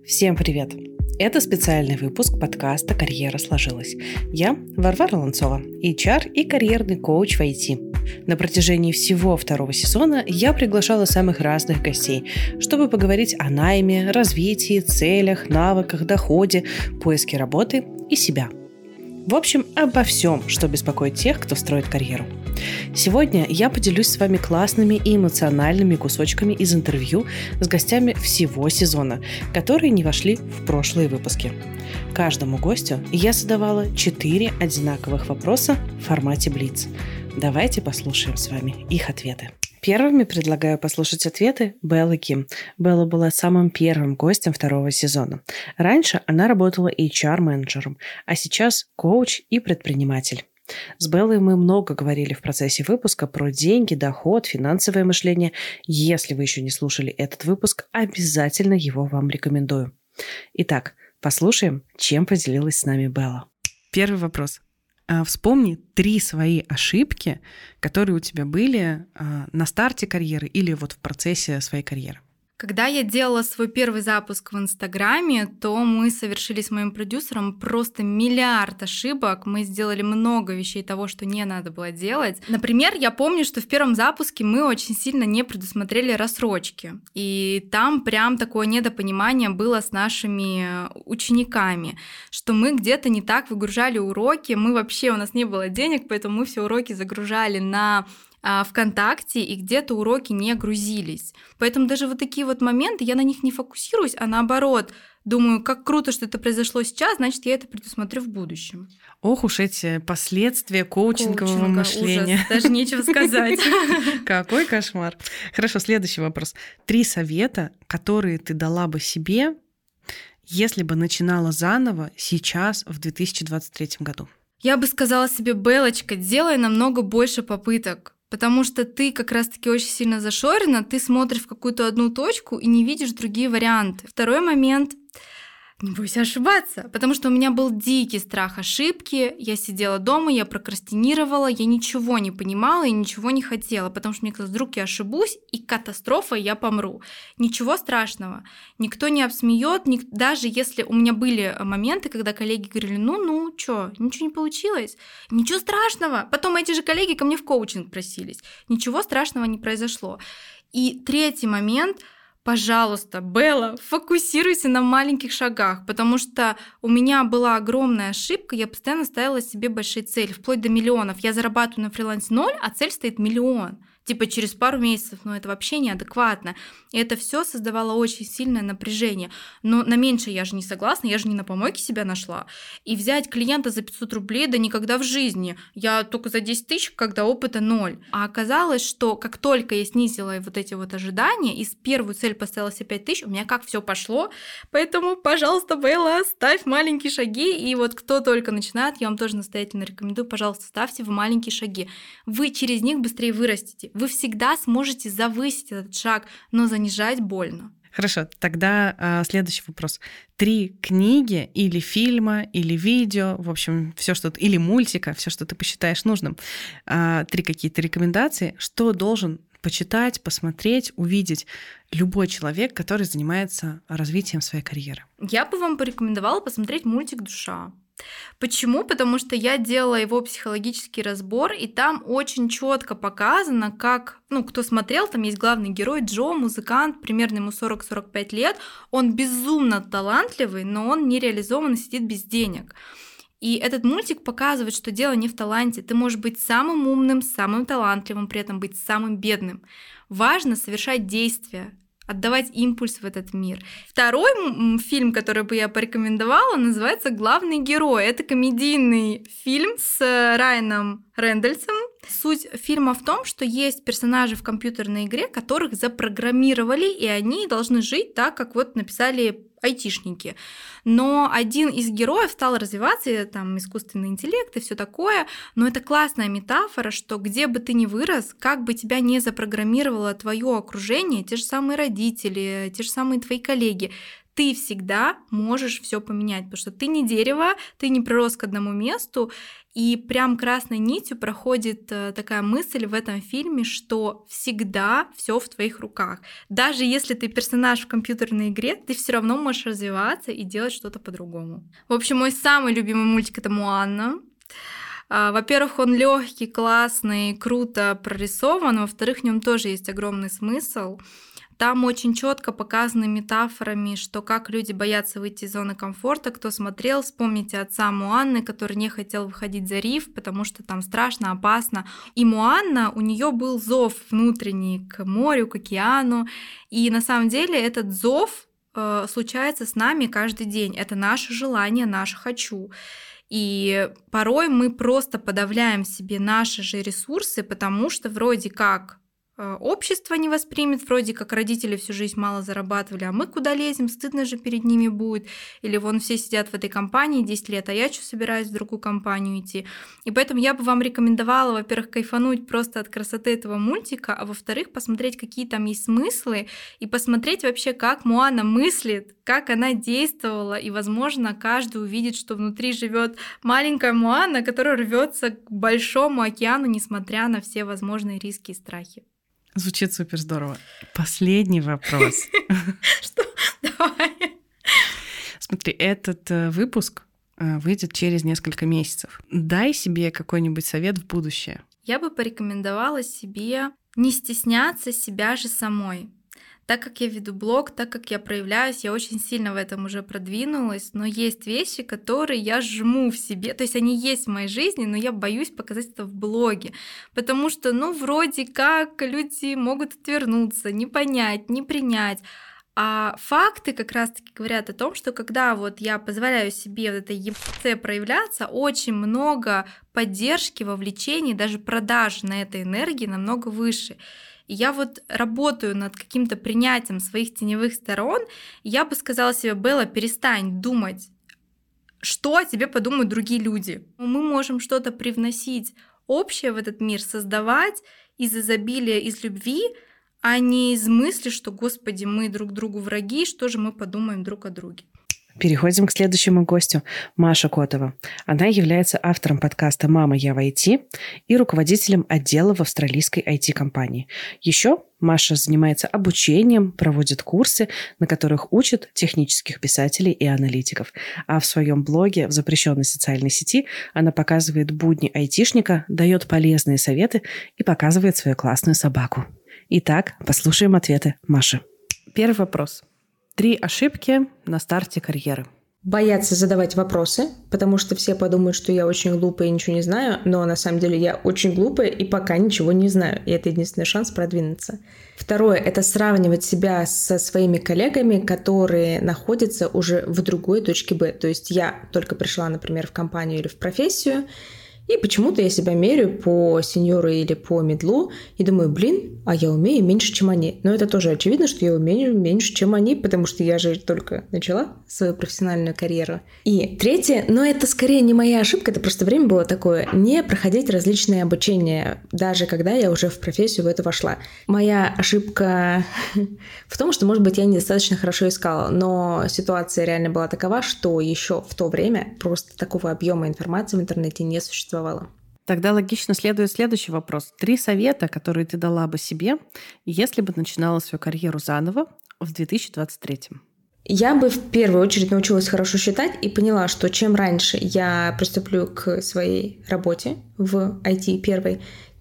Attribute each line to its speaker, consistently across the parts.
Speaker 1: Всем привет! Это специальный выпуск подкаста «Карьера сложилась». Я Варвара Ланцова, HR и карьерный коуч в IT. На протяжении всего второго сезона я приглашала самых разных гостей, чтобы поговорить о найме, развитии, целях, навыках, доходе, поиске работы и себя. В общем, обо всем, что беспокоит тех, кто строит карьеру. Сегодня я поделюсь с вами классными и эмоциональными кусочками из интервью с гостями всего сезона, которые не вошли в прошлые выпуски. Каждому гостю я задавала 4 одинаковых вопроса в формате Блиц. Давайте послушаем с вами их ответы. Первыми предлагаю послушать ответы Беллы Ким. Белла была самым первым гостем второго сезона. Раньше она работала HR-менеджером, а сейчас коуч и предприниматель. С Беллой мы много говорили в процессе выпуска про деньги, доход, финансовое мышление. Если вы еще не слушали этот выпуск, обязательно его вам рекомендую. Итак, послушаем, чем поделилась с нами Белла.
Speaker 2: Первый вопрос. Вспомни 3 свои ошибки, которые у тебя были на старте карьеры или вот в процессе своей карьеры.
Speaker 3: Когда я делала свой первый запуск в Инстаграме, то мы совершили с моим продюсером просто миллиард ошибок. Мы сделали много вещей того, что не надо было делать. Например, я помню, что в первом запуске мы очень сильно не предусмотрели рассрочки. И там прям такое недопонимание было с нашими учениками, что мы где-то не так выгружали уроки. У нас не было денег, поэтому мы все уроки загружали на ВКонтакте, и где-то уроки не грузились. Поэтому даже вот такие вот моменты, я на них не фокусируюсь, а наоборот, думаю, как круто, что это произошло сейчас, значит, я это предусмотрю в будущем.
Speaker 2: Ох уж эти последствия коучингового мышления.
Speaker 3: Ужас, даже нечего сказать.
Speaker 2: Какой кошмар. Хорошо, следующий вопрос. 3 совета, которые ты дала бы себе, если бы начинала заново сейчас, в 2023 году?
Speaker 3: Я бы сказала себе: Белочка, делай намного больше попыток. Потому что ты как раз-таки очень сильно зашорена, ты смотришь в какую-то одну точку и не видишь другие варианты. Второй момент — не бойся ошибаться, потому что у меня был дикий страх ошибки, я сидела дома, я прокрастинировала, я ничего не понимала и ничего не хотела, потому что мне казалось, вдруг я ошибусь, и катастрофа, я помру. Ничего страшного, никто не обсмеет, даже если у меня были моменты, когда коллеги говорили: ну, чё, ничего не получилось, ничего страшного. Потом эти же коллеги ко мне в коучинг просились, ничего страшного не произошло. И третий момент — пожалуйста, Белла, фокусируйся на маленьких шагах, потому что у меня была огромная ошибка, я постоянно ставила себе большие цели, вплоть до миллионов. Я зарабатываю на фрилансе 0, а цель стоит 1 миллион. Типа через пару месяцев, но это вообще неадекватно. И это все создавало очень сильное напряжение. Но на меньшее я же не согласна, я же не на помойке себя нашла. И взять клиента за 500 рублей, да никогда в жизни. Я только за 10 тысяч, когда опыта 0. А оказалось, что как только я снизила вот эти вот ожидания, и с первую цель поставила себе 5 тысяч, у меня как все пошло. Поэтому, пожалуйста, Белла, ставь маленькие шаги. И вот кто только начинает, я вам тоже настоятельно рекомендую, пожалуйста, ставьте в маленькие шаги. Вы через них быстрее вырастете. Вы всегда сможете завысить этот шаг, но занижать больно.
Speaker 2: Хорошо, тогда следующий вопрос. 3 книги или фильма, или видео, в общем, все что или мультика, все, что ты посчитаешь нужным. 3 какие-то рекомендации, что должен почитать, посмотреть, увидеть любой человек, который занимается развитием своей карьеры.
Speaker 3: Я бы вам порекомендовала посмотреть мультик «Душа». Почему? Потому что я делала его психологический разбор, и там очень четко показано, как, кто смотрел, там есть главный герой Джо, музыкант, примерно ему 40-45 лет, он безумно талантливый, но он не реализован и сидит без денег. И этот мультик показывает, что дело не в таланте. Ты можешь быть самым умным, самым талантливым, при этом быть самым бедным. Важно совершать действия, отдавать импульс в этот мир. Второй фильм, который бы я порекомендовала, называется «Главный герой». Это комедийный фильм с Райаном Рейнольдсом. Суть фильма в том, что есть персонажи в компьютерной игре, которых запрограммировали, и они должны жить так, как вот написали айтишники. Но один из героев стал развиваться, там искусственный интеллект и все такое, но это классная метафора, что где бы ты ни вырос, как бы тебя не запрограммировало твое окружение, те же самые родители, те же самые твои коллеги, ты всегда можешь все поменять, потому что ты не дерево, ты не прирос к одному месту, и прям красной нитью проходит такая мысль в этом фильме, что всегда все в твоих руках. Даже если ты персонаж в компьютерной игре, ты все равно можешь развиваться и делать что-то по-другому. В общем, мой самый любимый мультик — это «Моана». Во-первых, он легкий, классный, круто прорисован, во-вторых, в нем тоже есть огромный смысл. Там очень четко показаны метафорами, что как люди боятся выйти из зоны комфорта. Кто смотрел, вспомните отца Моаны, который не хотел выходить за риф, потому что там страшно, опасно. И Моана, у нее был зов внутренний к морю, к океану. И на самом деле этот зов случается с нами каждый день. Это наше желание, наше «хочу». И порой мы просто подавляем в себе наши же ресурсы, потому что вроде как общество не воспримет, вроде как родители всю жизнь мало зарабатывали, а мы куда лезем, стыдно же перед ними будет. Или вон все сидят в этой компании 10 лет, а я что, собираюсь в другую компанию идти. И поэтому я бы вам рекомендовала, во-первых, кайфануть просто от красоты этого мультика, а во-вторых, посмотреть, какие там есть смыслы, и посмотреть вообще, как Моана мыслит, как она действовала, и, возможно, каждый увидит, что внутри живет маленькая Моана, которая рвется к большому океану, несмотря на все возможные риски и страхи.
Speaker 2: Звучит супер здорово. Последний вопрос.
Speaker 3: Что? Давай.
Speaker 2: Смотри, этот выпуск выйдет через несколько месяцев. Дай себе какой-нибудь совет в будущее.
Speaker 3: Я бы порекомендовала себе не стесняться себя же самой. Так как я веду блог, так как я проявляюсь, я очень сильно в этом уже продвинулась, но есть вещи, которые я жму в себе, то есть они есть в моей жизни, но я боюсь показать это в блоге, потому что, вроде как люди могут отвернуться, не понять, не принять. А факты как раз-таки говорят о том, что когда вот я позволяю себе в этой ебце проявляться, очень много поддержки, вовлечений, даже продаж на этой энергии намного выше. И я вот работаю над каким-то принятием своих теневых сторон, и я бы сказала себе: Белла, перестань думать, что о тебе подумают другие люди. Мы можем что-то привносить общее в этот мир, создавать из изобилия, из любви, а не из мысли, что, Господи, мы друг другу враги, что же мы подумаем друг о друге.
Speaker 1: Переходим к следующему гостю. Маша Котова. Она является автором подкаста «Мама, я в IT» и руководителем отдела в австралийской IT-компании. Еще Маша занимается обучением, проводит курсы, на которых учат технических писателей и аналитиков. А в своем блоге в запрещенной социальной сети она показывает будни айтишника, дает полезные советы и показывает свою классную собаку. Итак, послушаем ответы Маши. Первый вопрос. 3 ошибки на старте карьеры.
Speaker 4: Бояться задавать вопросы, потому что все подумают, что я очень глупая и ничего не знаю, но на самом деле я очень глупая и пока ничего не знаю, и это единственный шанс продвинуться. Второе — это сравнивать себя со своими коллегами, которые находятся уже в другой точке Б. То есть я только пришла, например, в компанию или в профессию, и почему-то я себя меряю по сеньору или по медлу и думаю: а я умею меньше, чем они. Но это тоже очевидно, что я умею меньше, чем они, потому что я же только начала свою профессиональную карьеру. И третье, но это скорее не моя ошибка, это просто время было такое, не проходить различные обучения, даже когда я уже в профессию в эту вошла. Моя ошибка в том, что, может быть, я недостаточно хорошо искала, но ситуация реально была такова, что еще в то время просто такого объема информации в интернете не существовало.
Speaker 2: Тогда логично следует следующий вопрос. 3 совета, которые ты дала бы себе, если бы начинала свою карьеру заново в 2023?
Speaker 4: Я бы в первую очередь научилась хорошо считать и поняла, что чем раньше я приступлю к своей работе в IT первой,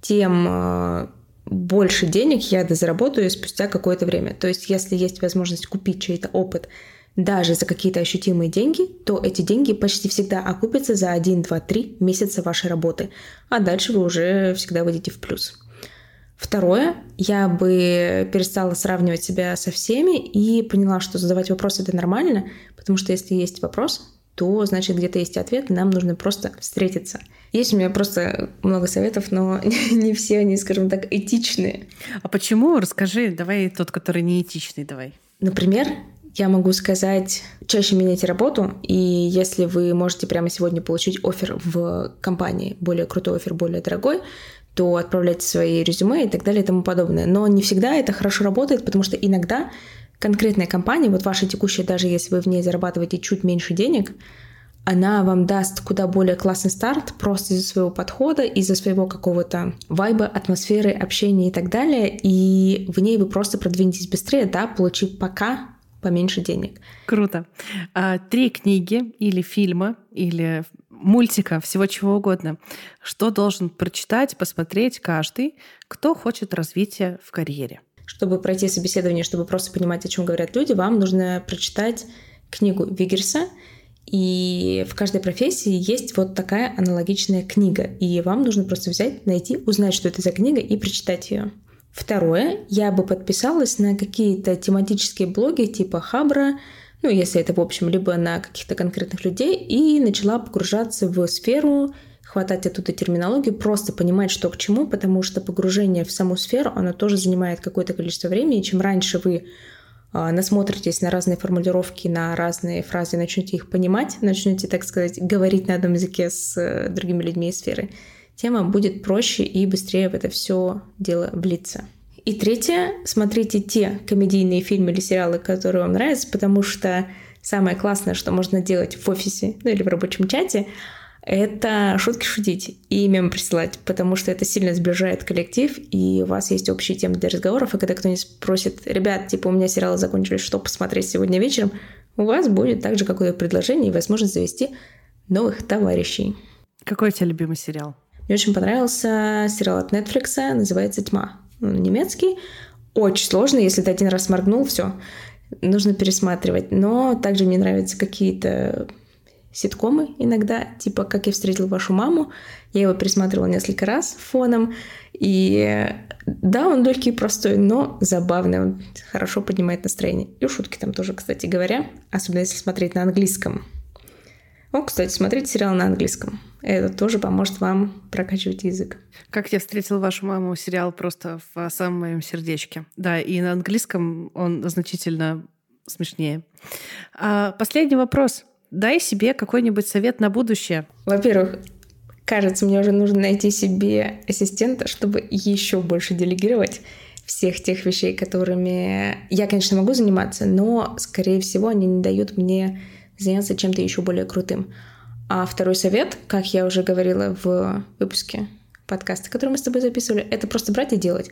Speaker 4: тем больше денег я заработаю спустя какое-то время. То есть если есть возможность купить чей-то опыт даже за какие-то ощутимые деньги, то эти деньги почти всегда окупятся за 1, 2, 3 месяца вашей работы, а дальше вы уже всегда выйдете в плюс. Второе, я бы перестала сравнивать себя со всеми и поняла, что задавать вопросы — это нормально, потому что если есть вопрос, то значит где-то есть ответ, и нам нужно просто встретиться. Есть у меня просто много советов, но не все они, скажем так, этичные.
Speaker 2: А почему? Расскажи, давай тот, который не этичный, давай.
Speaker 4: Например, я могу сказать: чаще меняйте работу, и если вы можете прямо сегодня получить оффер в компании, более крутой оффер, более дорогой, то отправляйте свои резюме и так далее и тому подобное. Но не всегда это хорошо работает, потому что иногда конкретная компания, вот ваша текущая, даже если вы в ней зарабатываете чуть меньше денег, она вам даст куда более классный старт просто из-за своего подхода, из-за своего какого-то вайба, атмосферы, общения и так далее. И в ней вы просто продвинетесь быстрее, да, получив пока поменьше денег.
Speaker 2: Круто. 3 книги или фильма, или мультика, всего чего угодно. Что должен прочитать, посмотреть каждый, кто хочет развития в карьере?
Speaker 4: Чтобы пройти собеседование, чтобы просто понимать, о чем говорят люди, вам нужно прочитать книгу Виггерса. И в каждой профессии есть вот такая аналогичная книга. И вам нужно просто взять, найти, узнать, что это за книга, и прочитать ее. Второе, я бы подписалась на какие-то тематические блоги типа Хабра, ну, если это в общем, либо на каких-то конкретных людей, и начала погружаться в сферу, хватать оттуда терминологию, просто понимать, что к чему, потому что погружение в саму сферу, оно тоже занимает какое-то количество времени, и чем раньше вы насмотритесь на разные формулировки, на разные фразы, начнете их понимать, начнете, так сказать, говорить на одном языке с другими людьми из сферы, тем вам будет проще и быстрее в это все дело влиться. И третье, смотрите те комедийные фильмы или сериалы, которые вам нравятся, потому что самое классное, что можно делать в офисе, ну или в рабочем чате, это шутки шутить и мемы присылать, потому что это сильно сближает коллектив, и у вас есть общие темы для разговоров, и когда кто-нибудь спросит: ребят, типа, у меня сериалы закончились, что посмотреть сегодня вечером, у вас будет также какое-то предложение и возможность завести новых товарищей.
Speaker 2: Какой у тебя любимый сериал?
Speaker 4: Мне очень понравился сериал от Netflix, называется «Тьма». Он немецкий, очень сложный, если ты один раз моргнул, все, нужно пересматривать. Но также мне нравятся какие-то ситкомы иногда, типа «Как я встретил вашу маму». Я его пересматривала несколько раз фоном. И да, он легкий и простой, но забавный, он хорошо поднимает настроение. И шутки там тоже, кстати говоря, особенно если смотреть на английском. О, кстати, смотрите сериал на английском. Это тоже поможет вам прокачивать язык.
Speaker 2: «Как я встретил вашу маму» сериал просто в самом моем сердечке. Да, и на английском он значительно смешнее. Последний вопрос. Дай себе какой-нибудь совет на будущее.
Speaker 4: Во-первых, кажется, мне уже нужно найти себе ассистента, чтобы еще больше делегировать всех тех вещей, которыми я, конечно, могу заниматься, но, скорее всего, они не дают мне заняться чем-то еще более крутым. А второй совет, как я уже говорила в выпуске подкаста, который мы с тобой записывали, это просто брать и делать.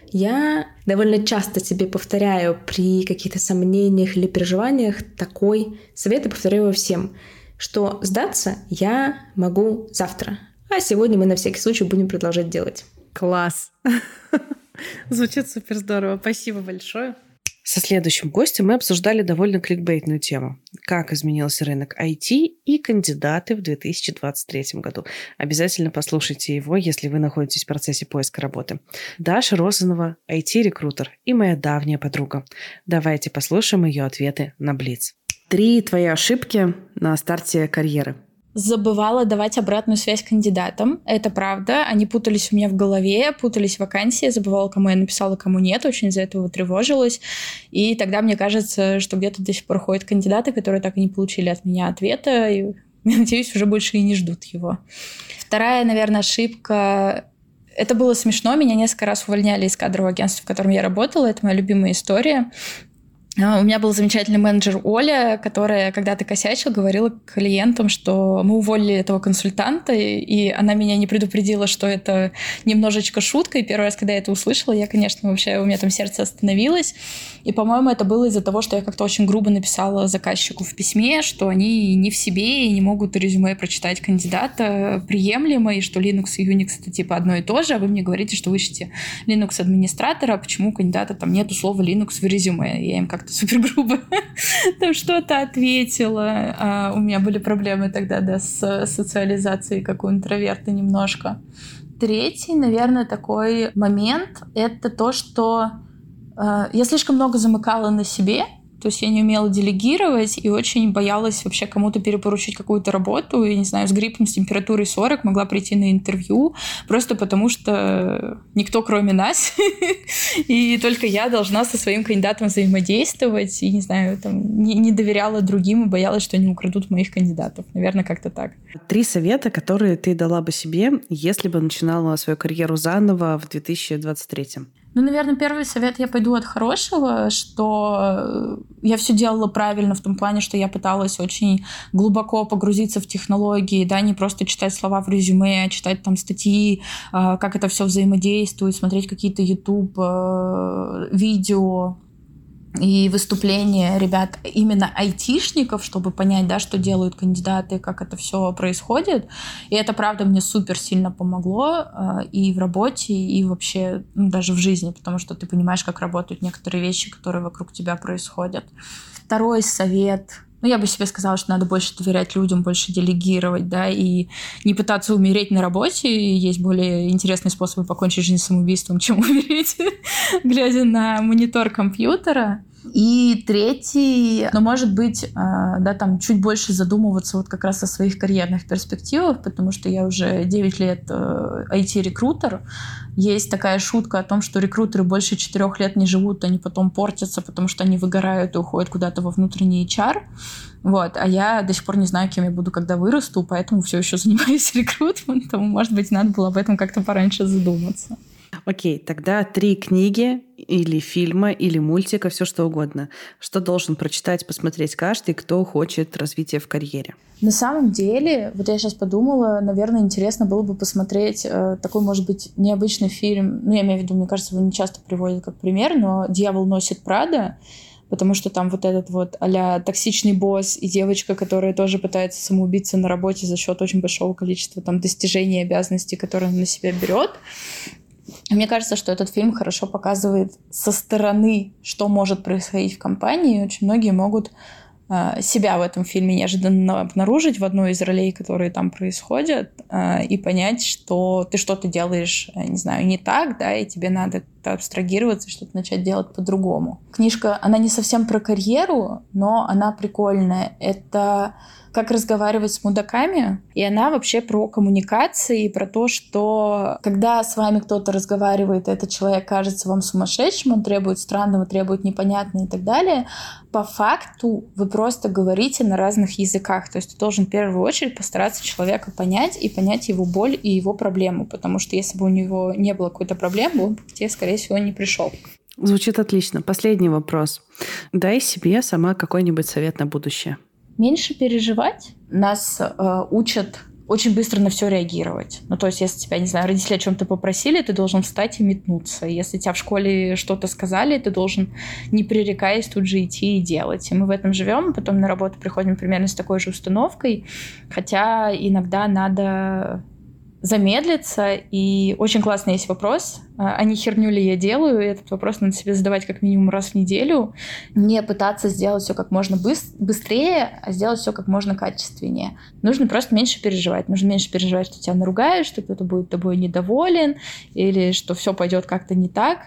Speaker 4: Я довольно часто себе повторяю при каких-то сомнениях или переживаниях такой совет, и повторяю его всем, что сдаться я могу завтра, а сегодня мы на всякий случай будем продолжать делать.
Speaker 2: Класс! Звучит супер здорово. Спасибо большое.
Speaker 1: Со следующим гостем мы обсуждали довольно кликбейтную тему. Как изменился рынок IT и кандидаты в 2023 году. Обязательно послушайте его, если вы находитесь в процессе поиска работы. Даша Розанова, IT-рекрутер и моя давняя подруга. Давайте послушаем ее ответы на Блиц. 3 твои ошибки на старте карьеры.
Speaker 5: Забывала давать обратную связь кандидатам. Это правда. Они путались у меня в голове, путались вакансии, забывала, кому я написала, кому нет. Очень из-за этого тревожилась. И тогда мне кажется, что где-то до сих пор ходят кандидаты, которые так и не получили от меня ответа. И, надеюсь, уже больше и не ждут его. Вторая, наверное, ошибка. Это было смешно. Меня несколько раз увольняли из кадрового агентства, в котором я работала. Это моя любимая история. У меня был замечательный менеджер Оля, которая когда-то косячила, говорила клиентам, что мы уволили этого консультанта, и она меня не предупредила, что это немножечко шутка. И первый раз, когда я это услышала, я, конечно, вообще у меня там сердце остановилось. И, по-моему, это было из-за того, что я как-то очень грубо написала заказчику в письме, что они не в себе и не могут резюме прочитать кандидата приемлемо, и что Linux и Unix — это типа одно и то же, а вы мне говорите, что вы ищете Linux-администратора, а почему у кандидата там нету слова Linux в резюме? Я им как-то супер грубо там что-то ответила. У меня были проблемы тогда, да, с социализацией, как у интроверта немножко. Третий, наверное, такой момент — это то, что я слишком много замыкала на себе. То есть я не умела делегировать и очень боялась вообще кому-то перепоручить какую-то работу. И, не знаю, с гриппом, с температурой 40 могла прийти на интервью просто потому, что никто, кроме нас, и только я должна со своим кандидатом взаимодействовать. И, не знаю, там, не доверяла другим и боялась, что они украдут моих кандидатов. Наверное, как-то так.
Speaker 1: 3 совета, которые ты дала бы себе, если бы начинала свою карьеру заново в 2023.
Speaker 5: Ну, наверное, первый совет я пойду от хорошего, что я все делала правильно в том плане, что я пыталась очень глубоко погрузиться в технологии, да, не просто читать слова в резюме, а читать там статьи, как это все взаимодействует, смотреть какие-то YouTube видео и выступления ребят, именно айтишников, чтобы понять, да, что делают кандидаты, как это все происходит. И это, правда, мне супер сильно помогло и в работе, и вообще даже в жизни, потому что ты понимаешь, как работают некоторые вещи, которые вокруг тебя происходят. Второй совет. Я бы себе сказала, что надо больше доверять людям, больше делегировать, да, и не пытаться умереть на работе. Есть более интересные способы покончить жизнь самоубийством, чем умереть, глядя на монитор компьютера. И третий, может быть, да, там чуть больше задумываться вот как раз о своих карьерных перспективах, потому что я уже 9 лет IT-рекрутер. Есть такая шутка о том, что рекрутеры больше 4 лет не живут, они потом портятся, потому что они выгорают и уходят куда-то во внутренний HR. Вот. А я до сих пор не знаю, кем я буду, когда вырасту, поэтому все еще занимаюсь рекрутментом. Может быть, надо было об этом как-то пораньше задуматься.
Speaker 1: Окей, тогда 3 книги или фильма, или мультика, все что угодно. Что должен прочитать, посмотреть каждый, кто хочет развития в карьере?
Speaker 5: На самом деле, вот я сейчас подумала, наверное, интересно было бы посмотреть такой, может быть, необычный фильм. Я имею в виду, мне кажется, его не часто приводят как пример, но «Дьявол носит Прада», потому что там вот этот вот а-ля токсичный босс и девочка, которая тоже пытается самоубиться на работе за счет очень большого количества там достижений и обязанностей, которые она на себя берет. Мне кажется, что этот фильм хорошо показывает со стороны, что может происходить в компании. Очень многие могут себя в этом фильме неожиданно обнаружить в одной из ролей, которые там происходят, и понять, что ты что-то делаешь, не знаю, не так, да, и тебе надо абстрагироваться, что-то начать делать по-другому. Книжка, она не совсем про карьеру, но она прикольная. Это «Как разговаривать с мудаками», и она вообще про коммуникации, про то, что когда с вами кто-то разговаривает, этот человек кажется вам сумасшедшим, он требует странного, требует непонятного и так далее, по факту вы просто говорите на разных языках. То есть ты должен в первую очередь постараться человека понять и понять его боль и его проблему, потому что если бы у него не было какой-то проблемы, он бы к тебе, скорее всего, не пришел.
Speaker 1: Звучит отлично. Последний вопрос. Дай себе сама какой-нибудь совет на будущее.
Speaker 5: Меньше переживать. Нас учат очень быстро на все реагировать. То есть, если тебя, не знаю, родители о чем-то попросили, ты должен встать и метнуться. Если тебя в школе что-то сказали, ты должен, не пререкаясь, тут же идти и делать. И мы в этом живем, потом на работу приходим примерно с такой же установкой, хотя иногда надо замедлиться. И очень классный есть вопрос, а не херню ли я делаю? И этот вопрос надо себе задавать как минимум раз в неделю. Не пытаться сделать все как можно быстрее, а сделать все как можно качественнее. Нужно просто меньше переживать. Нужно меньше переживать, что тебя наругают, что кто-то будет тобой недоволен, или что все пойдет как-то не так.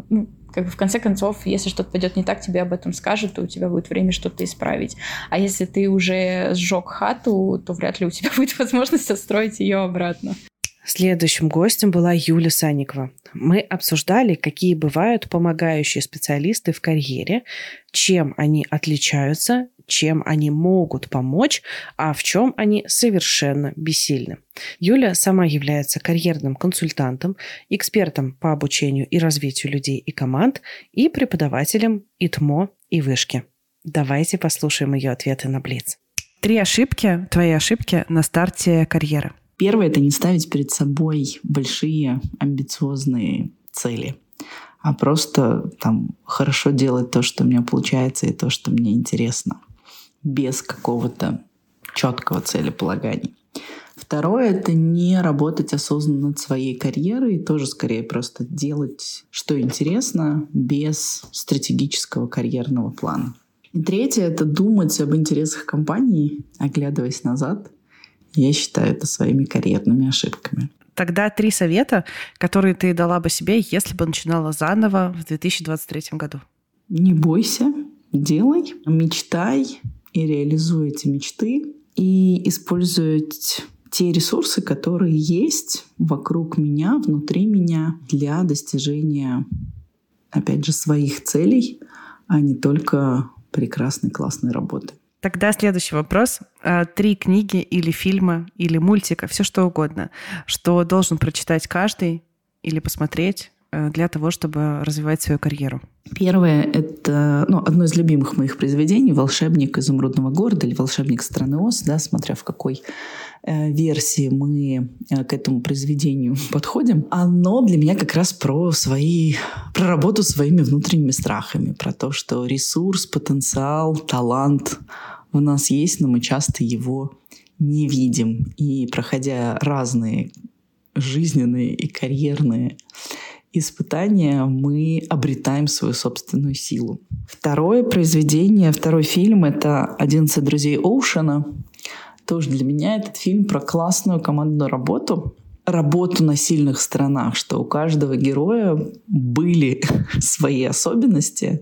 Speaker 5: В конце концов, если что-то пойдет не так, тебе об этом скажут, то у тебя будет время что-то исправить. А если ты уже сжег хату, то вряд ли у тебя будет возможность отстроить ее обратно.
Speaker 1: Следующим гостем была Юля Санникова. Мы обсуждали, какие бывают помогающие специалисты в карьере, чем они отличаются, чем они могут помочь, а в чем они совершенно бессильны. Юля сама является карьерным консультантом, экспертом по обучению и развитию людей и команд и преподавателем ИТМО и Вышки. Давайте послушаем ее ответы на Блиц.
Speaker 2: 3 ошибки, твои ошибки на старте карьеры.
Speaker 6: Первое – это не ставить перед собой большие амбициозные цели, а просто хорошо делать то, что у меня получается, и то, что мне интересно, без какого-то четкого целеполагания. Второе – это не работать осознанно над своей карьерой, и тоже скорее просто делать, что интересно, без стратегического карьерного плана. И третье – это думать об интересах компании, оглядываясь назад. Я считаю это своими карьерными ошибками.
Speaker 2: Тогда 3 совета, которые ты дала бы себе, если бы начинала заново в 2023 году.
Speaker 6: Не бойся, делай, мечтай и реализуй эти мечты. И использовать те ресурсы, которые есть вокруг меня, внутри меня, для достижения, опять же, своих целей, а не только прекрасной, классной работы.
Speaker 2: Тогда следующий вопрос. 3 книги или фильма, или мультика, все что угодно, что должен прочитать каждый или посмотреть для того, чтобы развивать свою карьеру?
Speaker 6: Первое — это одно из любимых моих произведений «Волшебник изумрудного города» или «Волшебник страны Оз», да, смотря в какой версии мы к этому произведению подходим. Оно для меня как раз про работу своими внутренними страхами, про то, что ресурс, потенциал, талант у нас есть, но мы часто его не видим. И проходя разные жизненные и карьерные испытания, мы обретаем свою собственную силу. Второе произведение, второй фильм — это «11 друзей Оушена». Тоже для меня этот фильм про классную командную работу на сильных сторонах, что у каждого героя были свои особенности,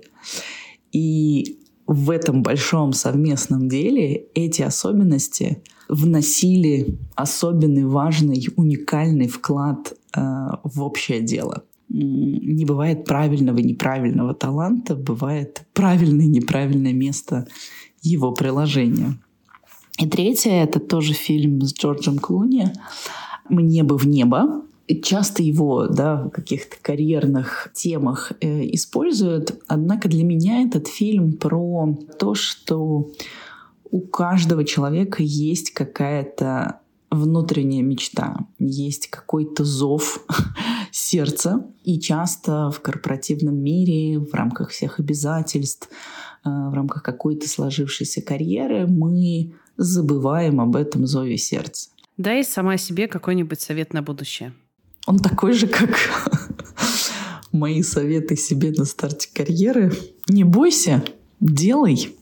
Speaker 6: и в этом большом совместном деле эти особенности вносили особенный, важный, уникальный вклад в общее дело. Не бывает правильного и неправильного таланта, бывает правильное и неправильное место его приложения. И третье — это тоже фильм с Джорджем Клуни «Мне бы в небо». Часто его в каких-то карьерных темах используют, однако для меня этот фильм про то, что у каждого человека есть какая-то внутренняя мечта, есть какой-то зов сердца. И часто в корпоративном мире, в рамках всех обязательств, в рамках какой-то сложившейся карьеры мы забываем об этом зове сердца.
Speaker 2: Дай сама себе какой-нибудь совет на будущее.
Speaker 6: Он такой же, как мои советы себе на старте карьеры. Не бойся, делай,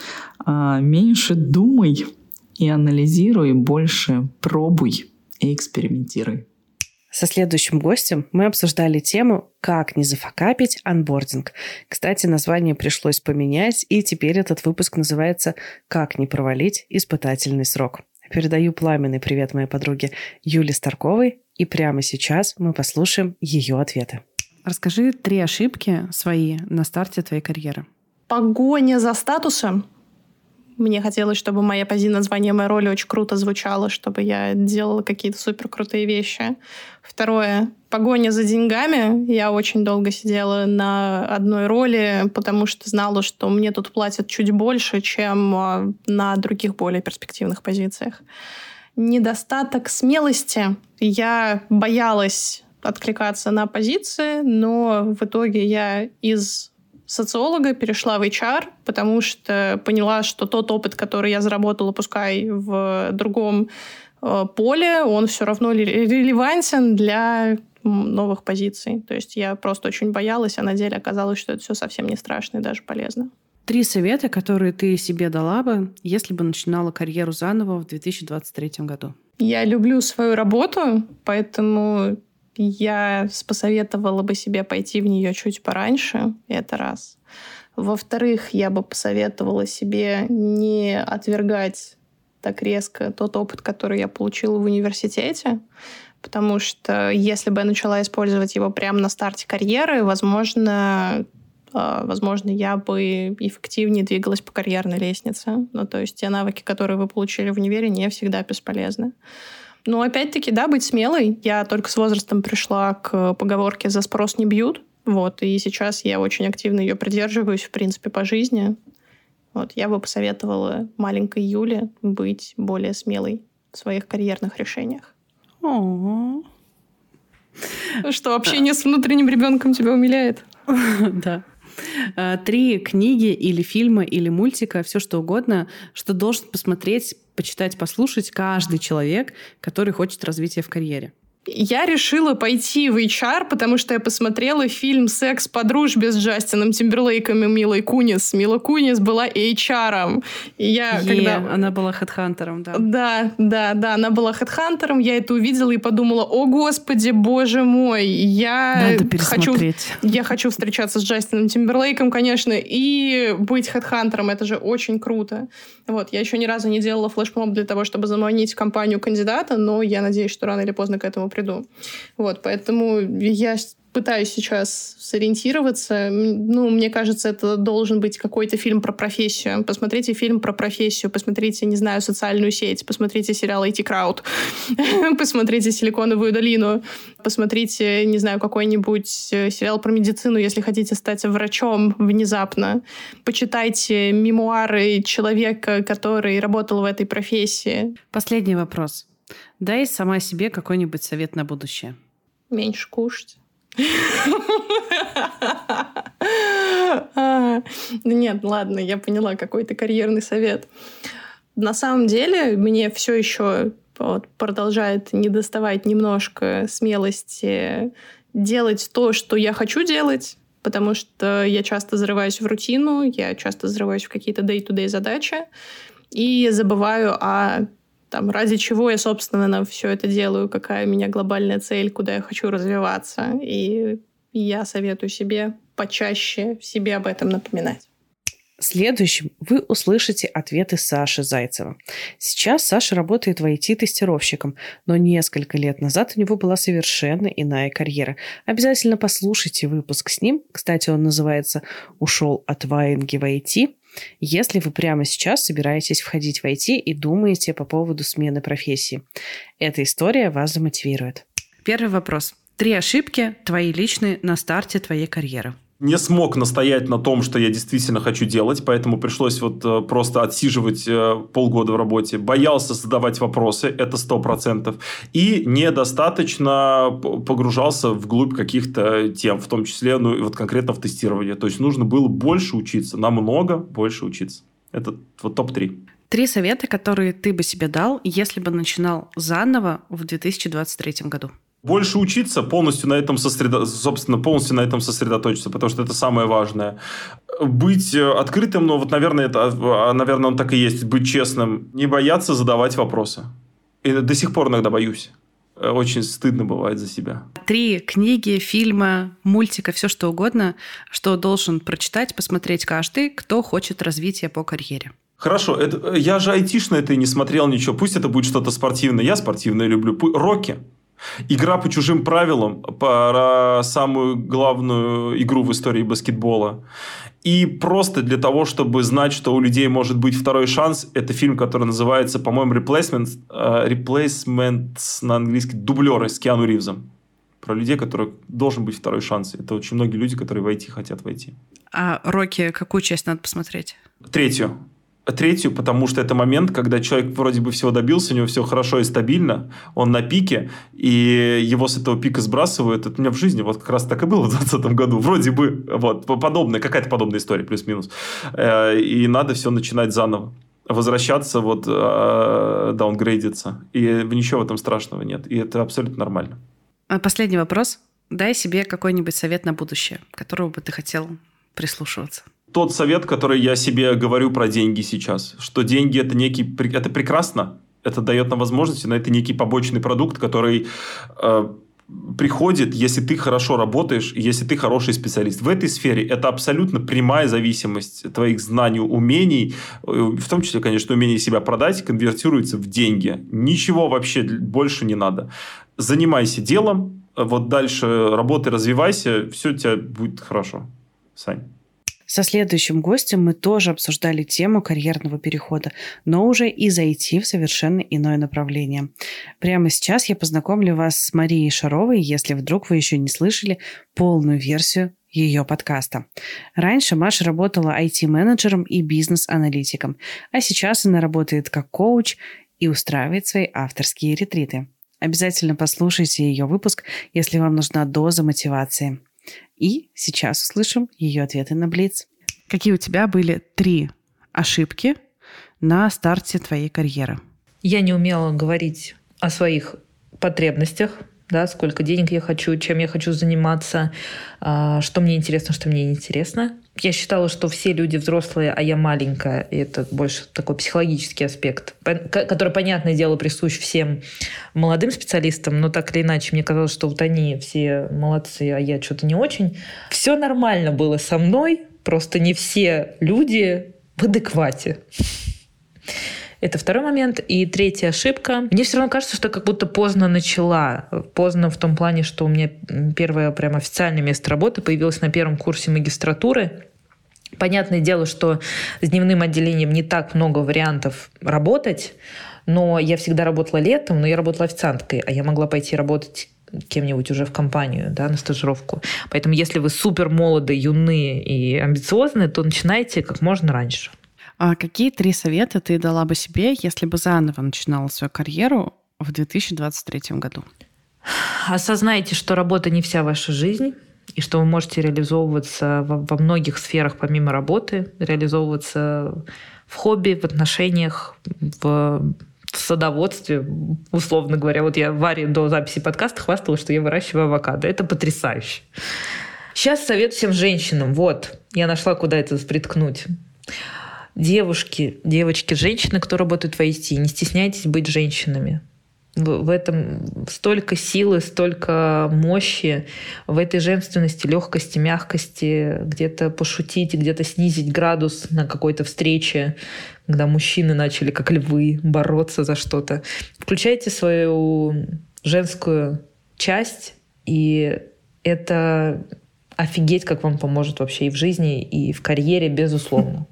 Speaker 6: меньше думай и анализируй, больше пробуй и экспериментируй.
Speaker 1: Со следующим гостем мы обсуждали тему «Как не зафакапить онбординг». Кстати, название пришлось поменять, и теперь этот выпуск называется «Как не провалить испытательный срок». Передаю пламенный привет моей подруге Юле Старковой, и прямо сейчас мы послушаем ее ответы.
Speaker 2: Расскажи 3 ошибки свои на старте твоей карьеры.
Speaker 7: Погоня за статусом. Мне хотелось, чтобы моя позиция, название моей роли очень круто звучало, чтобы я делала какие-то суперкрутые вещи. Второе — погоня за деньгами. Я очень долго сидела на одной роли, потому что знала, что мне тут платят чуть больше, чем на других более перспективных позициях. Недостаток смелости. Я боялась откликаться на позиции, но в итоге я из социолога перешла в HR, потому что поняла, что тот опыт, который я заработала, пускай в другом поле, он все равно релевантен для новых позиций. То есть я просто очень боялась, а на деле оказалось, что это все совсем не страшно и даже полезно.
Speaker 2: 3 совета, которые ты себе дала бы, если бы начинала карьеру заново в 2023 году.
Speaker 7: Я люблю свою работу, поэтому я посоветовала бы себе пойти в нее чуть пораньше. Это раз. Во-вторых, я бы посоветовала себе не отвергать так резко тот опыт, который я получила в университете, потому что если бы я начала использовать его прямо на старте карьеры, возможно, я бы эффективнее двигалась по карьерной лестнице. То есть те навыки, которые вы получили в универе, не всегда бесполезны. Но опять-таки, быть смелой. Я только с возрастом пришла к поговорке «за спрос не бьют». И сейчас я очень активно ее придерживаюсь, в принципе, по жизни. Я бы посоветовала маленькой Юле быть более смелой в своих карьерных решениях. Что, общение с внутренним ребенком тебя умиляет?
Speaker 2: Да. 3 книги или фильма, или мультика, все что угодно, что должен посмотреть, почитать, послушать каждый человек, который хочет развития в карьере.
Speaker 7: Я решила пойти в HR, потому что я посмотрела фильм «Секс по дружбе» с Джастином Тимберлейком и Милой Кунис. Мила Кунис была HR-ом. И
Speaker 2: она была хедхантером, да.
Speaker 7: Да, она была хедхантером. Я это увидела и подумала: о, Господи, боже мой, я хочу встречаться с Джастином Тимберлейком, конечно, и быть хедхантером. Это же очень круто. Я еще ни разу не делала флешмоб для того, чтобы заманить в компанию кандидата, но я надеюсь, что рано или поздно к этому приду. Поэтому я пытаюсь сейчас сориентироваться. Ну, мне кажется, это должен быть какой-то фильм про профессию. Посмотрите фильм про профессию, посмотрите, не знаю, «Социальную сеть», посмотрите сериал IT Crowd, посмотрите «Силиконовую долину», посмотрите, не знаю, какой-нибудь сериал про медицину, если хотите стать врачом внезапно. Почитайте мемуары человека, который работал в этой профессии.
Speaker 2: Последний вопрос. Дай сама себе какой-нибудь совет на будущее.
Speaker 7: Меньше кушать. Нет, ладно, я поняла, какой-то карьерный совет. На самом деле, мне все еще продолжает недоставать немножко смелости делать то, что я хочу делать, потому что я часто зарываюсь в рутину, я часто зарываюсь в какие-то day-to-day задачи и забываю ради чего я, собственно, все это делаю, какая у меня глобальная цель, куда я хочу развиваться. И я советую себе почаще себе об этом напоминать.
Speaker 1: Следующим вы услышите ответы Саши Зайцева. Сейчас Саша работает в IT-тестировщиком, но несколько лет назад у него была совершенно иная карьера. Обязательно послушайте выпуск с ним. Кстати, он называется «Ушел от ваенги в IT». Если вы прямо сейчас собираетесь входить в IT и думаете по поводу смены профессии. Эта история вас замотивирует.
Speaker 2: Первый вопрос. 3 ошибки твои личные на старте твоей карьеры.
Speaker 8: Не смог настоять на том, что я действительно хочу делать, поэтому пришлось просто отсиживать полгода в работе. Боялся задавать вопросы, это 100%. И недостаточно погружался вглубь каких-то тем, в том числе, конкретно в тестирование. То есть нужно было больше учиться, намного больше учиться. Это топ-3.
Speaker 2: 3 совета, которые ты бы себе дал, если бы начинал заново в 2023 году.
Speaker 8: Больше учиться, полностью на этом сосредоточиться, потому что это самое важное. Быть открытым, наверное, он так и есть, быть честным, не бояться задавать вопросы. И до сих пор иногда боюсь. Очень стыдно бывает за себя. 3
Speaker 2: книги, фильма, мультика, все что угодно, что должен прочитать, посмотреть каждый, кто хочет развития по карьере.
Speaker 8: Хорошо, я же айтишный, это и не смотрел ничего. Пусть это будет что-то спортивное. Я спортивное люблю. Рокки. Игра по чужим правилам, про самую главную игру в истории баскетбола. И просто для того, чтобы знать, что у людей может быть второй шанс, это фильм, который называется, по-моему, Replacement на английский, «Дублеры» с Киану Ривзом. Про людей, которых должен быть второй шанс. Это очень многие люди, которые в IT хотят войти.
Speaker 2: А «Рокки» какую часть надо посмотреть?
Speaker 8: 3. 3, потому что это момент, когда человек вроде бы всего добился, у него все хорошо и стабильно, он на пике, и его с этого пика сбрасывают. Это у меня в жизни как раз так и было в 2020 году. Вроде бы какая-то подобная история, плюс-минус. И надо все начинать заново. Возвращаться, даунгрейдиться. И ничего в этом страшного нет. И это абсолютно нормально.
Speaker 2: Последний вопрос. Дай себе какой-нибудь совет на будущее, которого бы ты хотел прислушиваться.
Speaker 8: Тот совет, который я себе говорю про деньги сейчас, что деньги это прекрасно, это дает нам возможности, но это некий побочный продукт, который приходит, если ты хорошо работаешь, если ты хороший специалист. В этой сфере это абсолютно прямая зависимость твоих знаний, умений, в том числе, конечно, умение себя продать, конвертируется в деньги. Ничего вообще больше не надо. Занимайся делом, дальше работай, развивайся, все у тебя будет хорошо. Сань.
Speaker 1: Со следующим гостем мы тоже обсуждали тему карьерного перехода, но уже из IT в совершенно иное направление. Прямо сейчас я познакомлю вас с Марией Шаровой, если вдруг вы еще не слышали полную версию ее подкаста. Раньше Маша работала IT-менеджером и бизнес-аналитиком, а сейчас она работает как коуч и устраивает свои авторские ретриты. Обязательно послушайте ее выпуск, если вам нужна доза мотивации. И сейчас услышим ее ответы на Блиц.
Speaker 2: Какие у тебя были 3 ошибки на старте твоей карьеры?
Speaker 9: Я не умела говорить о своих потребностях, сколько денег я хочу, чем я хочу заниматься, что мне интересно, что мне не интересно. Я считала, что все люди взрослые, а я маленькая. И это больше такой психологический аспект, который, понятное дело, присущ всем молодым специалистам, но так или иначе, мне казалось, что они все молодцы, а я что-то не очень. Все нормально было со мной, просто не все люди в адеквате. Это второй момент. И третья ошибка. Мне все равно кажется, что как будто поздно начала. Поздно в том плане, что у меня первое прям официальное место работы появилось на первом курсе магистратуры. Понятное дело, что с дневным отделением не так много вариантов работать, но я всегда работала летом, но я работала официанткой, а я могла пойти работать кем-нибудь уже в компанию, да, на стажировку. Поэтому если вы супер молоды, юны и амбициозны, то начинайте как можно раньше.
Speaker 2: А какие 3 совета ты дала бы себе, если бы заново начинала свою карьеру в 2023 году?
Speaker 9: Осознайте, что работа не вся ваша жизнь, и что вы можете реализовываться во многих сферах помимо работы, реализовываться в хобби, в отношениях, в садоводстве, условно говоря. Вот я Варе до записи подкаста хвасталась, что я выращиваю авокадо. Это потрясающе. Сейчас совет всем женщинам. Вот, я нашла, куда это приткнуть. Девушки, девочки, женщины, кто работает в IT, не стесняйтесь быть женщинами. В этом столько силы, столько мощи, в этой женственности, легкости, мягкости, где-то пошутить, где-то снизить градус на какой-то встрече, когда мужчины начали, как львы, бороться за что-то. Включайте свою женскую часть, и это офигеть, как вам поможет вообще и в жизни, и в карьере, безусловно.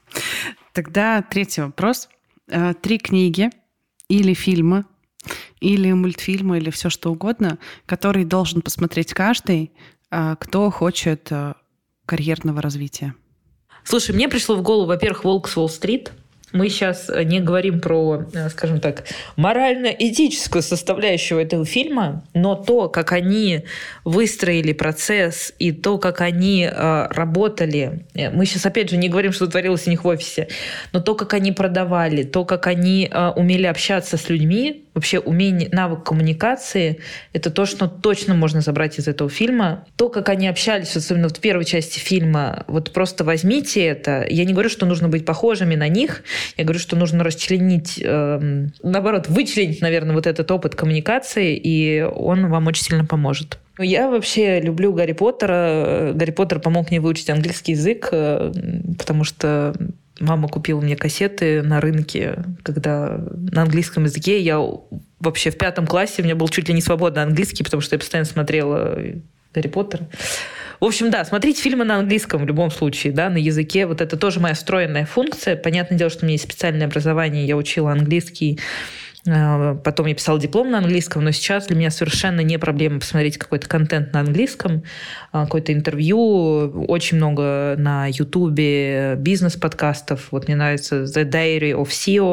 Speaker 2: Тогда третий вопрос. 3 книги или фильма, или мультфильмы, или все что угодно, который должен посмотреть каждый, кто хочет карьерного развития.
Speaker 9: Слушай, мне пришло в голову, во-первых, «Волк с Уолл-стрит». Мы сейчас не говорим про, скажем так, морально-этическую составляющую этого фильма, но то, как они выстроили процесс и то, как они работали, мы сейчас опять же не говорим, что творилось у них в офисе, но то, как они продавали, то, как они умели общаться с людьми, вообще умение, навык коммуникации, это то, что точно можно забрать из этого фильма. То, как они общались, особенно в первой части фильма, вот просто возьмите это. Я не говорю, что нужно быть похожими на них, я говорю, что нужно расчленить, наоборот, вычленить, наверное, вот этот опыт коммуникации, и он вам очень сильно поможет. Я вообще люблю Гарри Поттера. Гарри Поттер помог мне выучить английский язык, потому что мама купила мне кассеты на рынке, когда на английском языке я вообще в 5 классе, у меня был чуть ли не свободный английский, потому что я постоянно смотрела Гарри Поттера. В общем, да, смотрите фильмы на английском в любом случае, да, на языке. Вот это тоже моя встроенная функция. Понятное дело, что у меня есть специальное образование, я учила английский, потом я писала диплом на английском, но сейчас для меня совершенно не проблема посмотреть какой-то контент на английском, какое-то интервью, очень много на Ютубе бизнес-подкастов. Вот мне нравится The Diary of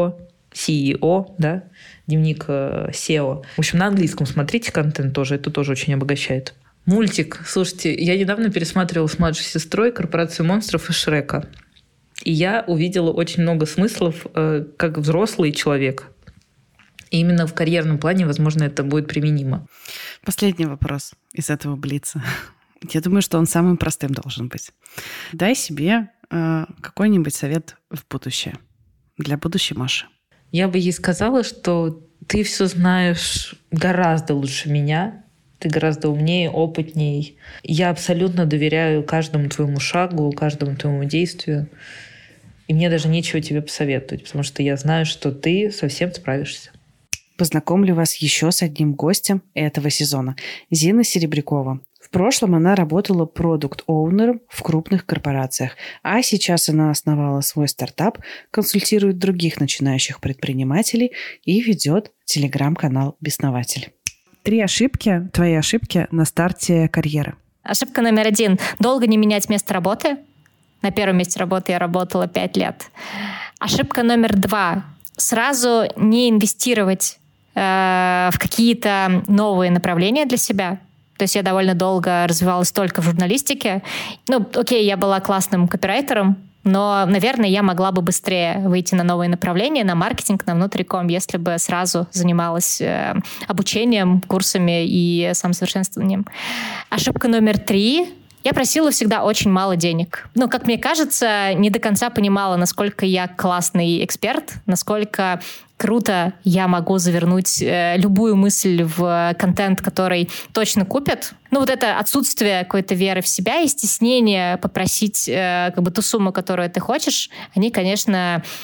Speaker 9: CEO, да, дневник SEO. В общем, на английском смотрите контент тоже, это тоже очень обогащает. Мультик. Слушайте, я недавно пересматривала с младшей сестрой «Корпорацию монстров» и «Шрека». И я увидела очень много смыслов, как взрослый человек. И именно в карьерном плане, возможно, это будет применимо.
Speaker 2: Последний вопрос из этого блица. Я думаю, что он самым простым должен быть. Дай себе какой-нибудь совет в будущее. Для будущей Маши.
Speaker 9: Я бы ей сказала, что ты все знаешь гораздо лучше меня. Ты гораздо умнее, опытней. Я абсолютно доверяю каждому твоему шагу, каждому твоему действию. И мне даже нечего тебе посоветовать, потому что я знаю, что ты совсем справишься.
Speaker 1: Познакомлю вас еще с одним гостем этого сезона. Зина Серебрякова. В прошлом она работала продукт-оунером в крупных корпорациях, а сейчас она основала свой стартап, консультирует других начинающих предпринимателей и ведет телеграм-канал «Беснователь».
Speaker 2: 3 ошибки, твои ошибки на старте карьеры.
Speaker 10: Ошибка номер 1. Долго не менять место работы. На первом месте работы я работала 5 лет. Ошибка номер 2. Сразу не инвестировать в какие-то новые направления для себя. То есть я довольно долго развивалась только в журналистике. Окей, я была классным копирайтером, но, наверное, я могла бы быстрее выйти на новые направления, на маркетинг, на внутриком, если бы сразу занималась обучением, курсами и самосовершенствованием. Ошибка номер 3. Я просила всегда очень мало денег. Как мне кажется, не до конца понимала, насколько я классный эксперт, насколько круто я могу завернуть любую мысль в контент, который точно купят. Вот это отсутствие какой-то веры в себя и стеснение попросить ту сумму, которую ты хочешь, они, конечно,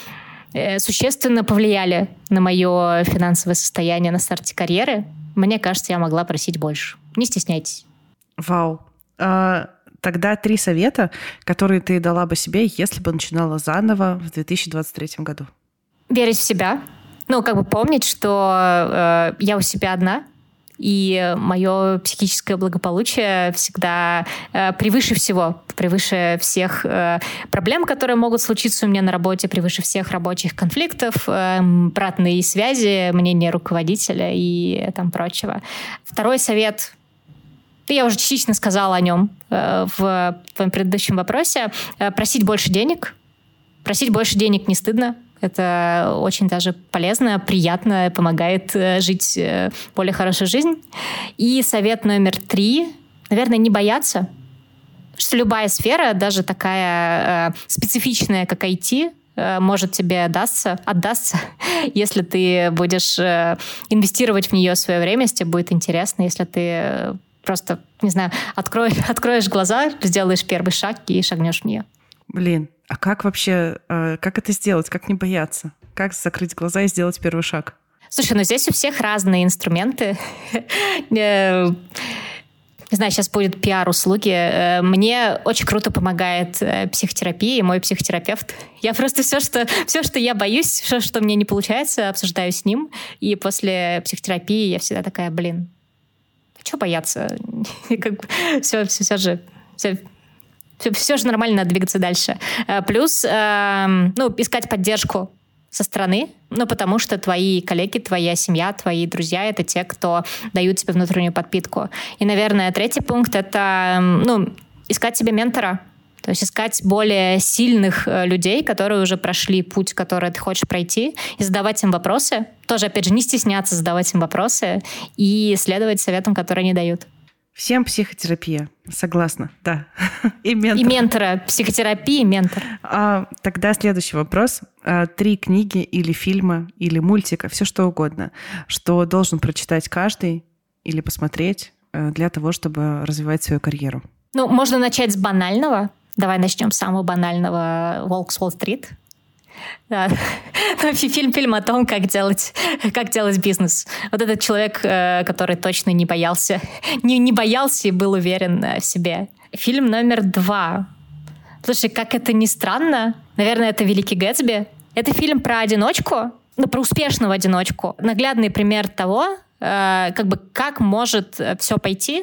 Speaker 10: существенно повлияли на мое финансовое состояние на старте карьеры, мне кажется, я могла просить больше. Не стесняйтесь.
Speaker 2: Вау. Тогда 3 совета, которые ты дала бы себе, если бы начинала заново в 2023 году.
Speaker 10: Верить в себя. Помнить, что я у себя одна, и мое психическое благополучие всегда превыше всего, превыше всех проблем, которые могут случиться у меня на работе, превыше всех рабочих конфликтов, обратной связи, мнения руководителя и там прочего. Второй совет, я уже частично сказала о нем в твоем предыдущем вопросе, просить больше денег. Просить больше денег не стыдно. Это очень даже полезно, приятно, помогает жить более хорошую жизнь. И совет номер 3, наверное, не бояться, что любая сфера, даже такая специфичная, как IT, может тебе отдастся, если ты будешь инвестировать в нее свое время, если тебе будет интересно, если ты просто, не знаю, откроешь глаза, сделаешь первый шаг и шагнешь в нее.
Speaker 2: Блин, а как вообще, как это сделать? Как не бояться? Как закрыть глаза и сделать первый шаг?
Speaker 10: Слушай, здесь у всех разные инструменты. Не знаю, сейчас будет пиар-услуги. Мне очень круто помогает психотерапия и мой психотерапевт. Я просто все, что я боюсь, все, что мне не получается, обсуждаю с ним. И после психотерапии я всегда такая, что бояться? Все же нормально, надо двигаться дальше. Плюс искать поддержку со стороны, потому что твои коллеги, твоя семья, твои друзья — это те, кто дают тебе внутреннюю подпитку. И, наверное, 3-й пункт — это искать себе ментора. То есть искать более сильных людей, которые уже прошли путь, который ты хочешь пройти, и задавать им вопросы. Тоже, опять же, не стесняться задавать им вопросы и следовать советам, которые они дают.
Speaker 2: Всем психотерапия. Согласна, да. И ментор.
Speaker 10: И ментора. Психотерапия и ментор.
Speaker 2: Тогда следующий вопрос. 3 книги или фильма, или мультика, все что угодно, что должен прочитать каждый или посмотреть для того, чтобы развивать свою карьеру.
Speaker 10: Можно начать с банального. Давай начнем с самого банального. «Волк с Уолл-стрит». Да. Фильм о том, как делать бизнес. Вот этот человек, который точно не боялся и был уверен в себе. Фильм номер 2. Слушай, как это ни странно, наверное, это «Великий Гэтсби». Это фильм про одиночку, про успешного одиночку. Наглядный пример того, как может все пойти,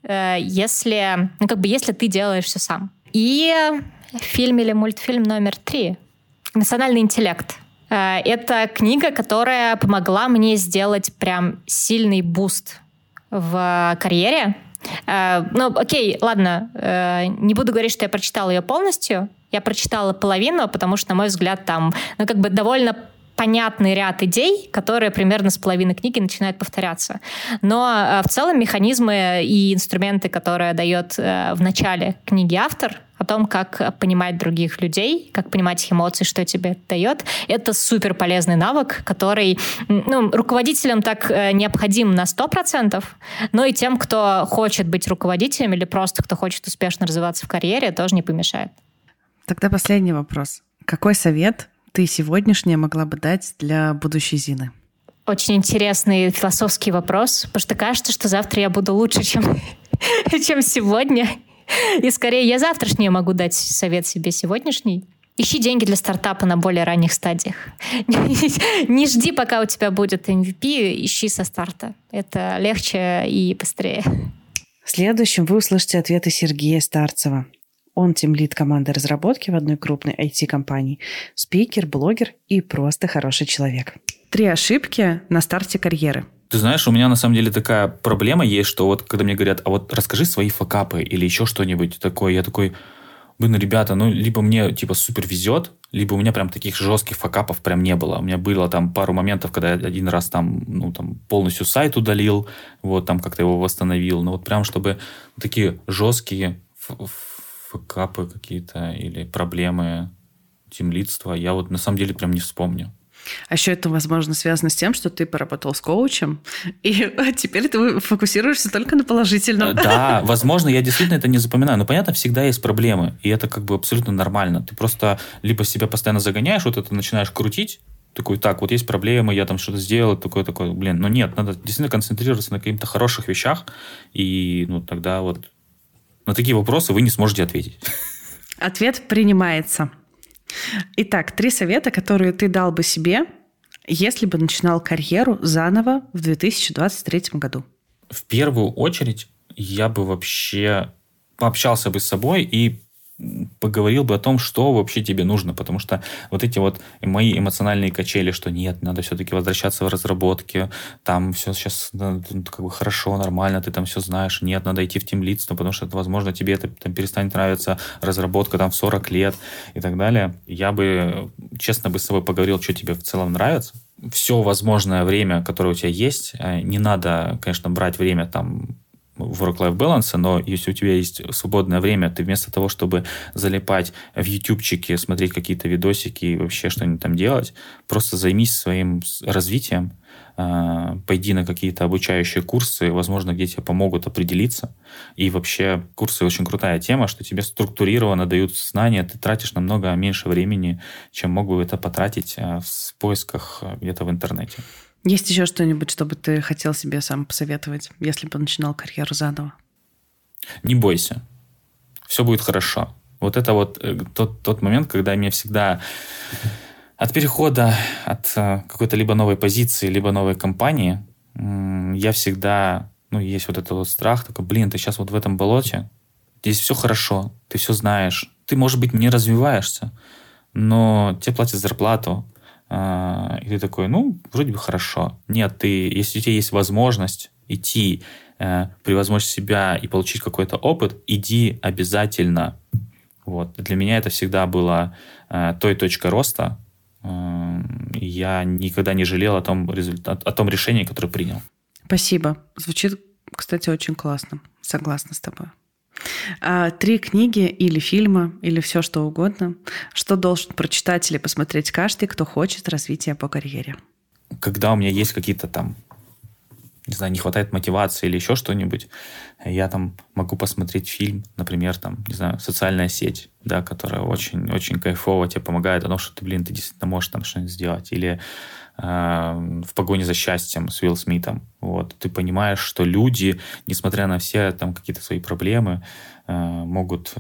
Speaker 10: если ты делаешь все сам. И фильм или мультфильм номер 3. «Эмоциональный интеллект». Это книга, которая помогла мне сделать прям сильный буст в карьере. Окей, ладно, не буду говорить, что я прочитала ее полностью. Я прочитала половину, потому что, на мой взгляд, там довольно понятный ряд идей, которые примерно с половины книги начинают повторяться. Но в целом механизмы и инструменты, которые дает в начале книги автор, о том, как понимать других людей, как понимать их эмоции, что тебе это дает, это супер полезный навык, который руководителям так необходим на 100%, но и тем, кто хочет быть руководителем или просто кто хочет успешно развиваться в карьере, тоже не помешает.
Speaker 2: Тогда последний вопрос. Какой совет ты сегодняшняя могла бы дать для будущей Зины?
Speaker 10: Очень интересный философский вопрос, потому что кажется, что завтра я буду лучше, чем сегодня. И скорее я завтрашнюю могу дать совет себе сегодняшний. Ищи деньги для стартапа на более ранних стадиях. Не жди, пока у тебя будет MVP, ищи со старта. Это легче и быстрее.
Speaker 1: Следующим вы услышите ответы Сергея Старцева. Он тимлид команды разработки в одной крупной IT-компании, спикер, блогер и просто хороший человек.
Speaker 2: 3 ошибки на старте карьеры.
Speaker 11: Ты знаешь, у меня на самом деле такая проблема есть, что вот когда мне говорят, расскажи свои факапы или еще что-нибудь такое, я такой, ребята, либо мне супер везет, либо у меня прям таких жестких факапов прям не было. У меня было там пару моментов, когда я один раз полностью сайт удалил, как-то его восстановил, но прям чтобы такие жесткие факапы какие-то или проблемы тимлидства, я на самом деле прям не вспомню.
Speaker 2: А еще это, возможно, связано с тем, что ты поработал с коучем, и теперь ты фокусируешься только на положительном.
Speaker 11: Да, возможно, я действительно это не запоминаю. Но, понятно, всегда есть проблемы, и это как бы абсолютно нормально. Ты просто либо себя постоянно загоняешь, вот это начинаешь крутить, такой, так, вот есть проблемы, я там что-то сделал, такое, блин, ну нет, надо действительно концентрироваться на каких-то хороших вещах, и ну тогда вот на такие вопросы вы не сможете ответить.
Speaker 2: Ответ принимается. Итак, 3 совета, которые ты дал бы себе, если бы начинал карьеру заново в 2023 году.
Speaker 11: В первую очередь я бы вообще пообщался бы с собой и поговорил бы о том, что вообще тебе нужно, потому что вот эти вот мои эмоциональные качели, что нет, надо все-таки возвращаться в разработки, там все сейчас как бы хорошо, нормально, ты там все знаешь, нет, надо идти в тимлидство, потому что, возможно, тебе это там перестанет нравиться разработка там в 40 лет и так далее. Я бы честно бы с собой поговорил, что тебе в целом нравится. Все возможное время, которое у тебя есть, не надо, конечно, брать время там work-life balance, но если у тебя есть свободное время, ты вместо того, чтобы залипать в ютубчике, смотреть какие-то видосики и вообще что-нибудь там делать, просто займись своим развитием, пойди на какие-то обучающие курсы, возможно, где тебе помогут определиться. И вообще курсы очень крутая тема, что тебе структурированно дают знания, ты тратишь намного меньше времени, чем мог бы это потратить в поисках где-то в интернете.
Speaker 2: Есть еще что-нибудь, что бы ты хотел себе сам посоветовать, если бы начинал карьеру заново?
Speaker 11: Не бойся. Все будет хорошо. Вот это вот тот момент, когда мне всегда от перехода от какой-то либо новой позиции, либо новой компании, я всегда, есть вот этот вот страх, такой, ты сейчас вот в этом болоте, здесь все хорошо, ты все знаешь, ты, может быть, не развиваешься, но тебе платят зарплату, и ты такой, вроде бы хорошо. Нет, если у тебя есть возможность идти, превозмочь себя и получить какой-то опыт, иди обязательно. Вот. Для меня это всегда было той точкой роста. Я никогда не жалел о том решении, которое принял.
Speaker 2: Спасибо. Звучит, кстати, очень классно. Согласна с тобой. 3 книги или фильма, или все что угодно, что должен прочитать или посмотреть каждый, кто хочет развития по карьере.
Speaker 11: Когда у меня есть какие-то там, не знаю, не хватает мотивации или еще что-нибудь, я там могу посмотреть фильм, например, там, не знаю, «Социальная сеть», да, которая очень-очень кайфово тебе помогает о том, что ты действительно можешь там что-нибудь сделать. Или «В погоне за счастьем» с Уилл Смитом. Вот. Ты понимаешь, что люди, несмотря на все там какие-то свои проблемы, могут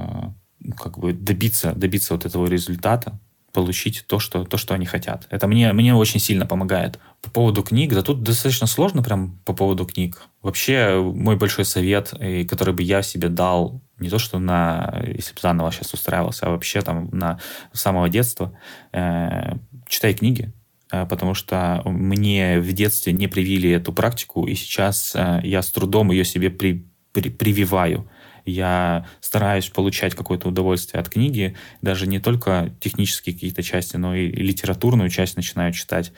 Speaker 11: добиться вот этого результата, получить то, что они хотят. Это мне очень сильно помогает. По поводу книг, да тут достаточно сложно прям по поводу книг. Вообще, мой большой совет, который бы я себе дал, не то что если бы заново сейчас устраивался, а вообще там с самого детства, читай книги, потому что мне в детстве не привили эту практику, и сейчас я с трудом ее себе прививаю. Я стараюсь получать какое-то удовольствие от книги, даже не только технические какие-то части, но и литературную часть начинаю читать.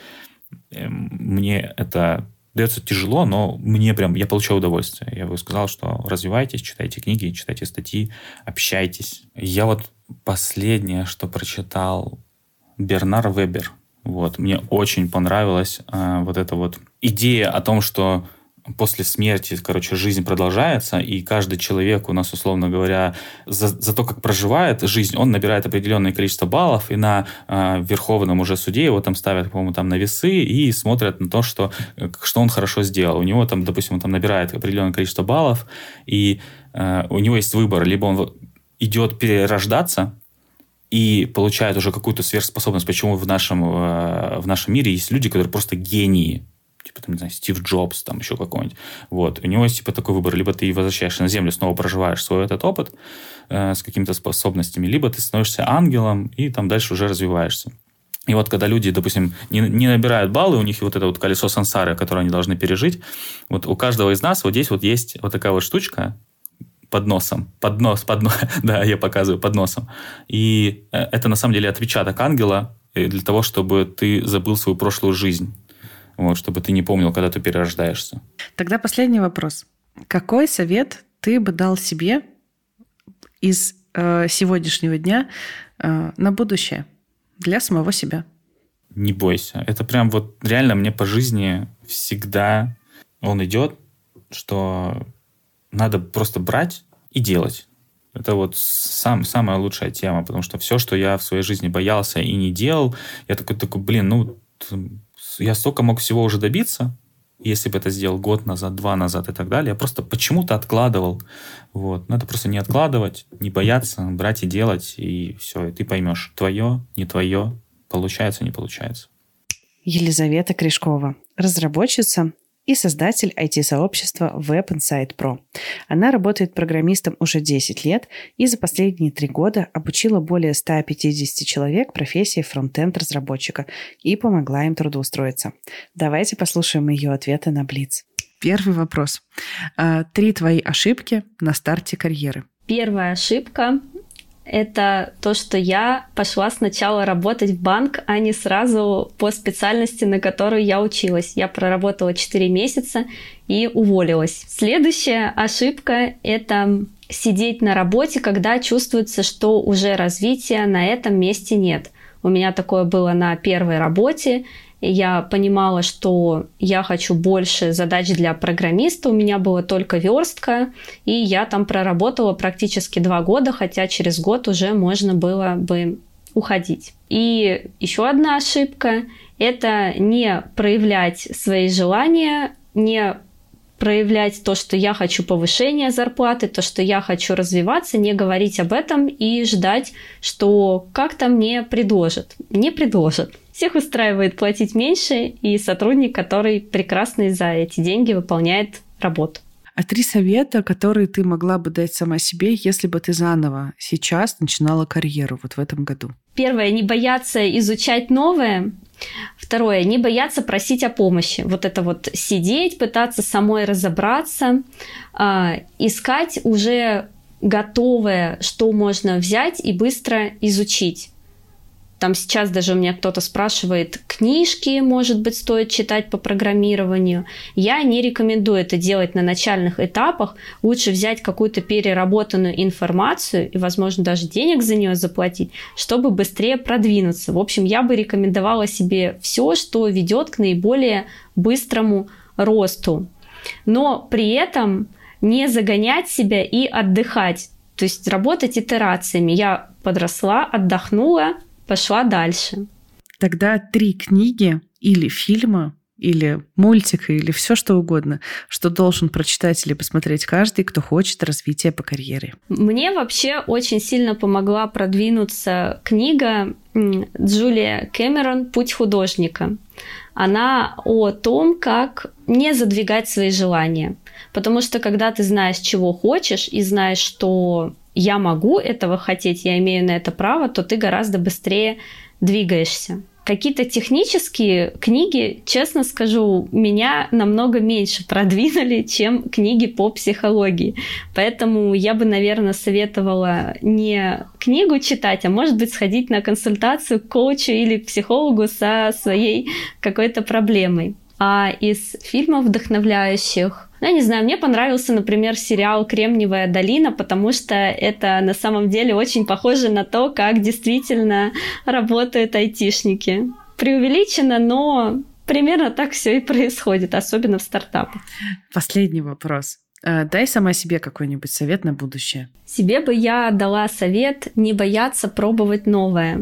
Speaker 11: Мне это дается тяжело, но я получаю удовольствие. Я бы сказал, что развивайтесь, читайте книги, читайте статьи, общайтесь. Я вот последнее, что прочитал, Бернар Вебер. Вот. Мне очень понравилась вот эта вот идея о том, что после смерти, жизнь продолжается, и каждый человек у нас, условно говоря, за то, как проживает жизнь, он набирает определенное количество баллов, и на Верховном уже суде его там ставят, по-моему, там на весы и смотрят на то, что он хорошо сделал. У него там, допустим, он там набирает определенное количество баллов, и у него есть выбор. Либо он идет перерождаться и получает уже какую-то сверхспособность. Почему в нашем мире есть люди, которые просто гении, типа, там, не знаю, Стив Джобс, там еще какой-нибудь. Вот. У него есть, типа, такой выбор. Либо ты возвращаешься на Землю, снова проживаешь свой этот опыт с какими-то способностями, либо ты становишься ангелом и там дальше уже развиваешься. И вот когда люди, допустим, не набирают баллы, у них вот это вот колесо сансары, которое они должны пережить, вот у каждого из нас вот здесь вот есть вот такая вот штучка под носом. Да, я показываю под носом. И это на самом деле отпечаток ангела для того, чтобы ты забыл свою прошлую жизнь. Вот, чтобы ты не помнил, когда ты перерождаешься.
Speaker 2: Тогда последний вопрос. Какой совет ты бы дал себе из сегодняшнего дня на будущее для самого себя?
Speaker 11: не бойся. Это прям вот реально мне по жизни всегда он идет, что надо просто брать и делать. Это вот самая лучшая тема, потому что все, что я в своей жизни боялся и не делал, я такой, я столько мог всего уже добиться, если бы это сделал год назад, 2 назад и так далее. Я просто почему-то откладывал. Вот. Надо просто не откладывать, не бояться, брать и делать, и все, и ты поймешь, твое, не твое, получается, не получается.
Speaker 1: Елизавета Кришкова, разработчица и создатель IT-сообщества Web Insight Pro. Она работает программистом уже 10 лет и за последние 3 года обучила более 150 человек профессии фронт-энд-разработчика и помогла им трудоустроиться. Давайте послушаем ее ответы на Блиц.
Speaker 2: Первый вопрос. 3 твои ошибки на старте карьеры.
Speaker 12: Первая ошибка – это то, что я пошла сначала работать в банк, а не сразу по специальности, на которую я училась. Я проработала 4 месяца и уволилась. Следующая ошибка – это сидеть на работе, когда чувствуется, что уже развития на этом месте нет. У меня такое было на первой работе. Я понимала, что я хочу больше задач для программиста. У меня была только верстка, и я там проработала практически 2 года, хотя через год уже можно было бы уходить. И еще одна ошибка – это не проявлять свои желания, не проявлять то, что я хочу повышения зарплаты, то, что я хочу развиваться, не говорить об этом и ждать, что как-то мне предложат. Не предложат. Всех устраивает платить меньше, и сотрудник, который прекрасно за эти деньги выполняет работу.
Speaker 2: А 3 совета, которые ты могла бы дать сама себе, если бы ты заново сейчас начинала карьеру вот в этом году?
Speaker 12: Первое, не бояться изучать новое. Второе, не бояться просить о помощи. Вот это вот сидеть, пытаться самой разобраться, искать уже готовое, что можно взять и быстро изучить. Там сейчас даже у меня кто-то спрашивает, книжки, может быть, стоит читать по программированию. Я не рекомендую это делать на начальных этапах. Лучше взять какую-то переработанную информацию и, возможно, даже денег за нее заплатить, чтобы быстрее продвинуться. В общем, я бы рекомендовала себе все, что ведет к наиболее быстрому росту. Но при этом не загонять себя и отдыхать. То есть работать итерациями. Я подросла, отдохнула, пошла дальше.
Speaker 2: Тогда 3 книги или фильма, или мультика, или все что угодно, что должен прочитать или посмотреть каждый, кто хочет развития по карьере.
Speaker 12: Мне вообще очень сильно помогла продвинуться книга Джулия Кэмерон «Путь художника». Она о том, как не задвигать свои желания. Потому что когда ты знаешь, чего хочешь, и знаешь, что я могу этого хотеть, я имею на это право, то ты гораздо быстрее двигаешься. Какие-то технические книги, честно скажу, меня намного меньше продвинули, чем книги по психологии. Поэтому я бы, наверное, советовала не книгу читать, а, может быть, сходить на консультацию к коучу или к психологу со своей какой-то проблемой. А из фильмов вдохновляющих, я не знаю, мне понравился, например, сериал «Кремниевая долина», потому что это на самом деле очень похоже на то, как действительно работают айтишники. Преувеличено, но примерно так все и происходит, особенно в стартапах.
Speaker 2: Последний вопрос. Дай сама себе какой-нибудь совет на будущее.
Speaker 12: Себе бы я дала совет не бояться пробовать новое.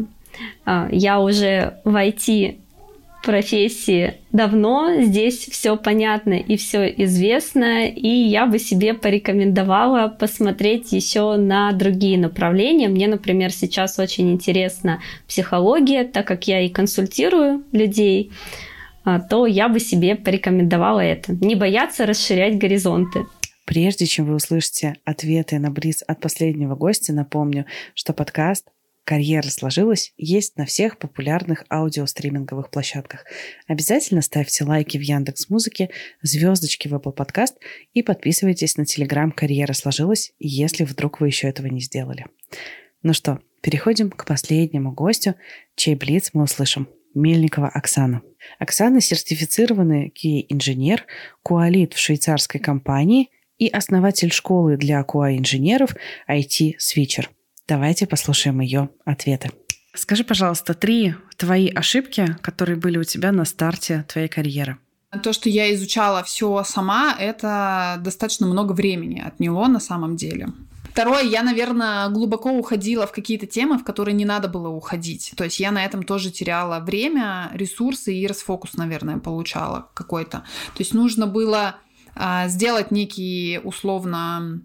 Speaker 12: Я уже в IT профессии давно, здесь все понятно и все известно, и я бы себе порекомендовала посмотреть еще на другие направления. Мне, например, сейчас очень интересна психология, так как я и консультирую людей, то я бы себе порекомендовала это. Не бояться расширять горизонты.
Speaker 1: Прежде чем вы услышите ответы на Блиц от последнего гостя, напомню, что подкаст «Карьера сложилась» есть на всех популярных аудиостриминговых площадках. Обязательно ставьте лайки в Яндекс.Музыке, звездочки в Apple Podcast и подписывайтесь на Telegram «Карьера сложилась», если вдруг вы еще этого не сделали. Ну что, переходим к последнему гостю, чей Блиц мы услышим. Мельникова Оксана. Оксана – сертифицированный QA-инженер, QA-лид в швейцарской компании и основатель школы для QA-инженеров IT Switcher. Давайте послушаем ее ответы.
Speaker 2: Скажи, пожалуйста, 3 твои ошибки, которые были у тебя на старте твоей карьеры.
Speaker 13: То, что я изучала все сама, это достаточно много времени отняло на самом деле. Второе, я, наверное, глубоко уходила в какие-то темы, в которые не надо было уходить. То есть я на этом тоже теряла время, ресурсы и расфокус, наверное, получала какой-то. То есть нужно было сделать некий, условно,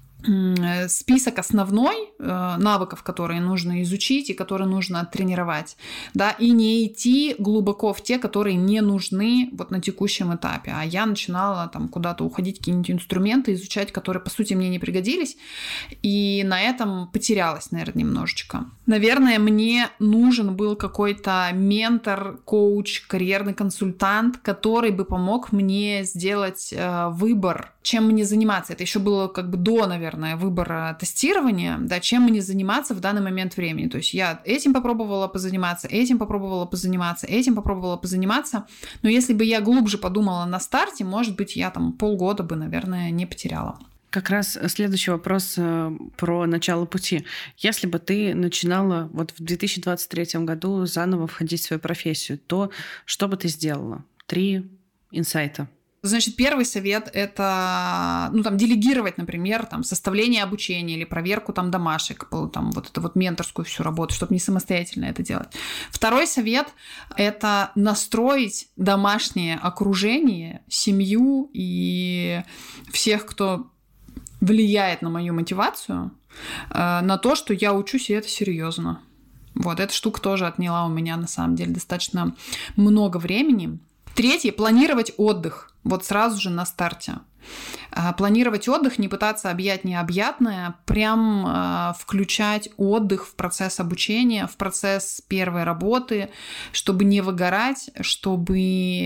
Speaker 13: список основной навыков, которые нужно изучить и которые нужно оттренировать, да, и не идти глубоко в те, которые не нужны вот на текущем этапе. А я начинала там куда-то уходить, какие-нибудь инструменты изучать, которые, по сути, мне не пригодились, и на этом потерялась, наверное, немножечко. Наверное, мне нужен был какой-то ментор, коуч, карьерный консультант, который бы помог мне сделать выбор, чем мне заниматься. Это еще было как бы до, наверное, выбора тестирования, да, чем мне заниматься в данный момент времени. То есть я этим попробовала позаниматься, этим попробовала позаниматься, этим попробовала позаниматься. Но если бы я глубже подумала на старте, может быть, я там полгода бы, наверное, не потеряла.
Speaker 2: Как раз следующий вопрос про начало пути. Если бы ты начинала вот в 2023 году заново входить в свою профессию, то что бы ты сделала? 3 инсайта.
Speaker 13: Значит, первый совет – это, делегировать, например, составление обучения или проверку домашек, вот эту вот менторскую всю работу, чтобы не самостоятельно это делать. Второй совет – это настроить домашнее окружение, семью и всех, кто влияет на мою мотивацию, на то, что я учусь, и это серьезно. Вот, эта штука тоже отняла у меня, на самом деле, достаточно много времени. Третье – планировать отдых. Вот сразу же на старте. Планировать отдых, не пытаться объять необъятное, прям включать отдых в процесс обучения, в процесс первой работы, чтобы не выгорать, чтобы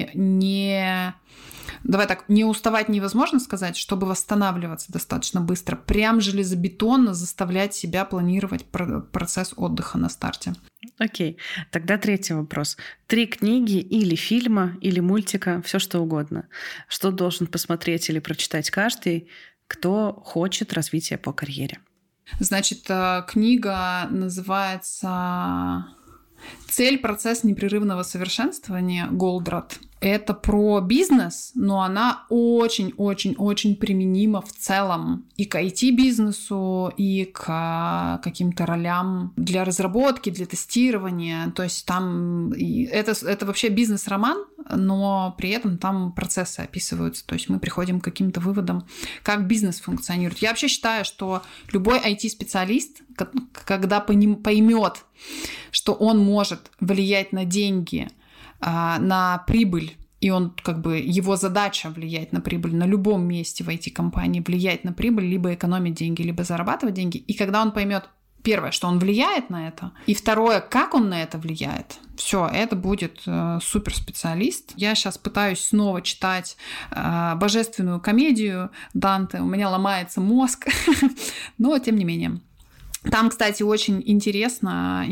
Speaker 13: не уставать невозможно сказать, чтобы восстанавливаться достаточно быстро. Прям железобетонно заставлять себя планировать процесс отдыха на старте.
Speaker 2: Окей. Тогда 3-й вопрос. 3 книги или фильма, или мультика, все что угодно. Что должен посмотреть или прочитать каждый, кто хочет развития по карьере?
Speaker 13: Значит, книга называется «Цель. Процесс непрерывного совершенствования» Голдрат. Это про бизнес, но она очень-очень-очень применима в целом и к IT-бизнесу, и к каким-то ролям для разработки, для тестирования. То есть там это вообще бизнес-роман, но при этом там процессы описываются. То есть мы приходим к каким-то выводам, как бизнес функционирует. Я вообще считаю, что любой IT-специалист, когда поймет, что он может влиять на деньги, на прибыль, и он его задача влиять на прибыль на любом месте в IT-компании, влиять на прибыль, либо экономить деньги, либо зарабатывать деньги. И когда он поймет, первое, что он влияет на это, и второе, как он на это влияет, все, это будет суперспециалист. Я сейчас пытаюсь снова читать божественную комедию Данте, у меня ломается мозг, но тем не менее. Там, кстати, очень интересная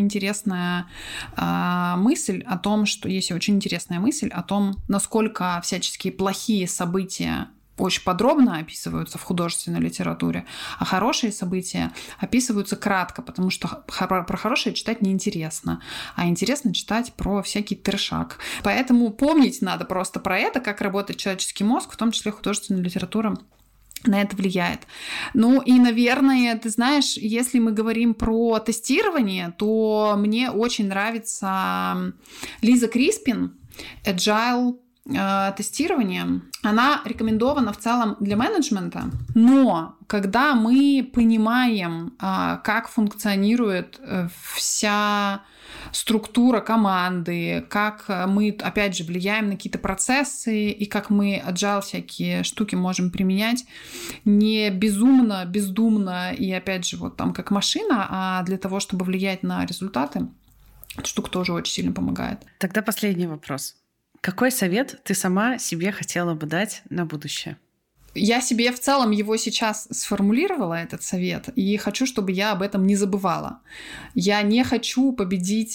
Speaker 13: мысль о том, что есть очень интересная мысль о том, насколько всяческие плохие события очень подробно описываются в художественной литературе, а хорошие события описываются кратко, потому что про хорошее читать неинтересно, а интересно читать про всякий трешак. Поэтому помнить надо просто про это, как работает человеческий мозг, в том числе художественная литература на это влияет. Ну и, наверное, ты знаешь, если мы говорим про тестирование, то мне очень нравится Лиза Криспин, Agile тестирование. Она рекомендована в целом для менеджмента, но когда мы понимаем, как функционирует вся структура команды, как мы, опять же, влияем на какие-то процессы и как мы agile всякие штуки можем применять не безумно, бездумно и, опять же, вот там как машина, а для того, чтобы влиять на результаты, эта штука тоже очень сильно помогает.
Speaker 2: Тогда последний вопрос. Какой совет ты сама себе хотела бы дать на будущее?
Speaker 13: Я себе в целом его сейчас сформулировала, этот совет, и хочу, чтобы я об этом не забывала. Я не хочу победить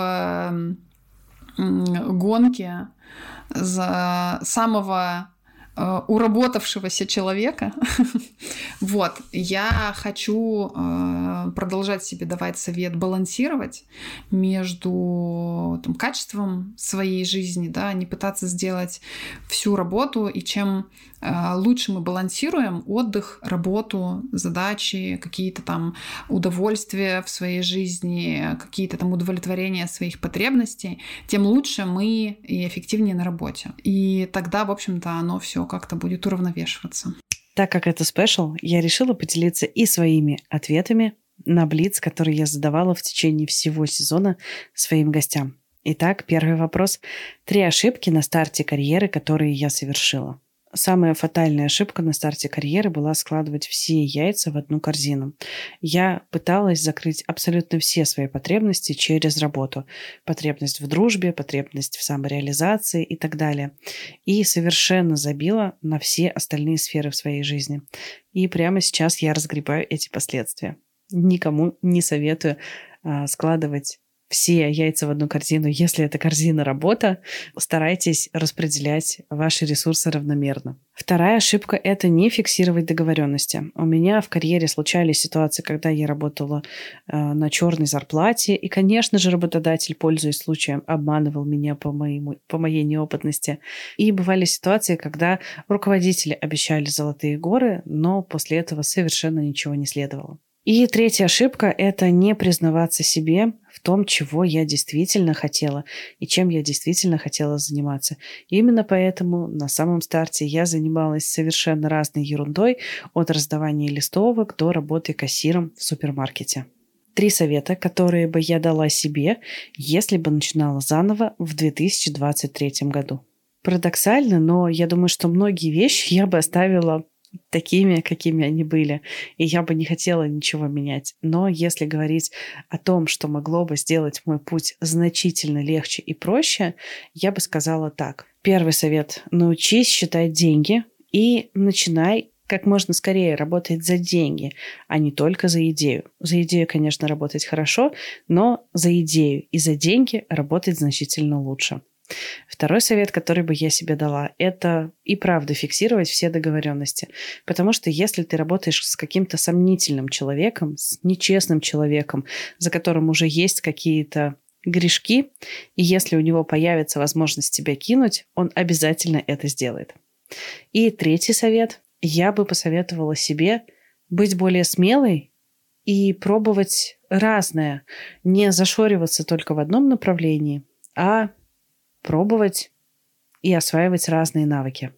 Speaker 13: в гонке за самого уработавшегося человека. Вот. Я хочу продолжать себе давать совет балансировать между качеством своей жизни, да, не пытаться сделать всю работу, и чем лучше мы балансируем отдых, работу, задачи, какие-то там удовольствия в своей жизни, какие-то там удовлетворения своих потребностей, тем лучше мы и эффективнее на работе. И тогда, в общем-то, оно все как-то будет уравновешиваться.
Speaker 1: Так как это спешл, я решила поделиться и своими ответами на блиц, который я задавала в течение всего сезона своим гостям. Итак, первый вопрос. 3 ошибки на старте карьеры, которые я совершила. Самая фатальная ошибка на старте карьеры была складывать все яйца в одну корзину. Я пыталась закрыть абсолютно все свои потребности через работу. Потребность в дружбе, потребность в самореализации и так далее. И совершенно забила на все остальные сферы в своей жизни. И прямо сейчас я разгребаю эти последствия. Никому не советую складывать все яйца в одну корзину. Если это корзина работа, старайтесь распределять ваши ресурсы равномерно. Вторая ошибка – это не фиксировать договоренности. У меня в карьере случались ситуации, когда я работала на черной зарплате, и, конечно же, работодатель, пользуясь случаем, обманывал меня по моей неопытности. И бывали ситуации, когда руководители обещали золотые горы, но после этого совершенно ничего не следовало. И третья ошибка – это не признаваться себе в том, чего я действительно хотела и чем я действительно хотела заниматься. И именно поэтому на самом старте я занималась совершенно разной ерундой, от раздавания листовок до работы кассиром в супермаркете. 3 совета, которые бы я дала себе, если бы начинала заново в 2023 году. Парадоксально, но я думаю, что многие вещи я бы оставила такими, какими они были, и я бы не хотела ничего менять. Но если говорить о том, что могло бы сделать мой путь значительно легче и проще, я бы сказала так. Первый совет – научись считать деньги и начинай как можно скорее работать за деньги, а не только за идею. За идею, конечно, работать хорошо, но за идею и за деньги работать значительно лучше. Второй совет, который бы я себе дала, это и правда фиксировать все договоренности. Потому что если ты работаешь с каким-то сомнительным человеком, с нечестным человеком, за которым уже есть какие-то грешки, и если у него появится возможность тебя кинуть, он обязательно это сделает. И третий совет. Я бы посоветовала себе быть более смелой и пробовать разное. Не зашориваться только в одном направлении, а пробовать и осваивать разные навыки.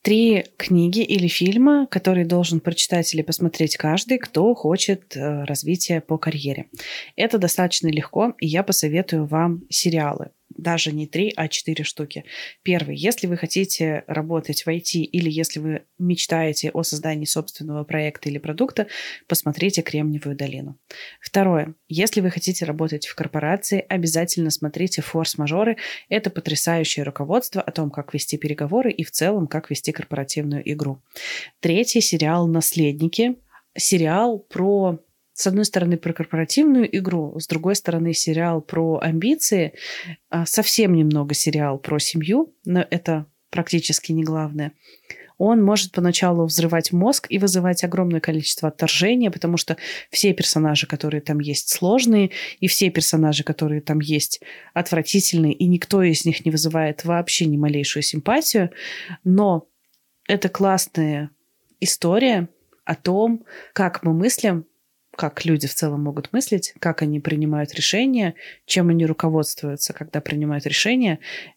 Speaker 1: 3 книги или фильма, которые должен прочитать или посмотреть каждый, кто хочет развития по карьере. Это достаточно легко, и я посоветую вам сериалы. Даже не 3, а 4 штуки. Первый. Если вы хотите работать в IT или если вы мечтаете о создании собственного проекта или продукта, посмотрите «Кремниевую долину». Второе. Если вы хотите работать в корпорации, обязательно смотрите «Форс-мажоры». Это потрясающее руководство о том, как вести переговоры и в целом, как вести корпоративную игру. Третий сериал «Наследники». Сериал про... С одной стороны, про корпоративную игру, с другой стороны, сериал про амбиции, совсем немного сериал про семью, но это практически не главное. Он может поначалу взрывать мозг и вызывать огромное количество отторжения, потому что все персонажи, которые там есть, сложные, и все персонажи, которые там есть, отвратительные, и никто из них не вызывает вообще ни малейшую симпатию. Но это классная история о том, как мы мыслим, как люди в целом могут мыслить, как они принимают решения, чем они руководствуются, когда принимают решения,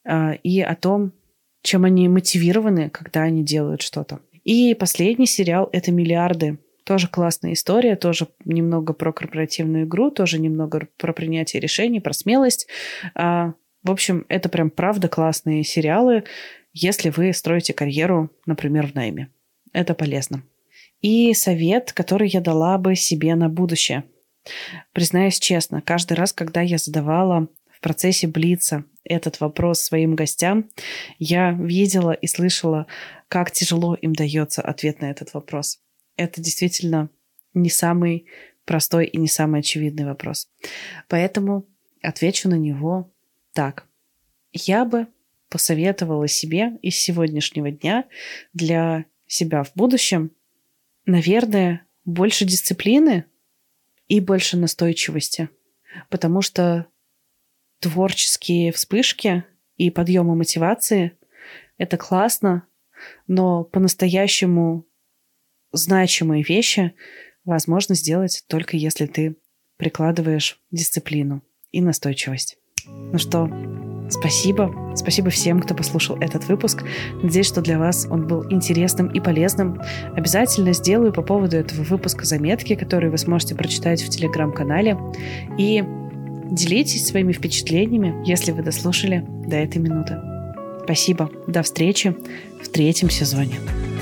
Speaker 1: и о том, чем они мотивированы, когда они делают что-то. И последний сериал – это «Миллиарды». Тоже классная история, тоже немного про корпоративную игру, тоже немного про принятие решений, про смелость. В общем, это прям правда классные сериалы, если вы строите карьеру, например, в найме. Это полезно. И совет, который я дала бы себе на будущее. Признаюсь честно, каждый раз, когда я задавала в процессе блица этот вопрос своим гостям, я видела и слышала, как тяжело им дается ответ на этот вопрос. Это действительно не самый простой и не самый очевидный вопрос. Поэтому отвечу на него так. Я бы посоветовала себе из сегодняшнего дня для себя в будущем? Наверное, больше дисциплины и больше настойчивости. Потому что творческие вспышки и подъемы мотивации — это классно, но по-настоящему значимые вещи возможно сделать только если ты прикладываешь дисциплину и настойчивость. Ну что, спасибо. Спасибо всем, кто послушал этот выпуск. Надеюсь, что для вас он был интересным и полезным. Обязательно сделаю по поводу этого выпуска заметки, которые вы сможете прочитать в Телеграм-канале. И делитесь своими впечатлениями, если вы дослушали до этой минуты. Спасибо. До встречи в 3-м сезоне.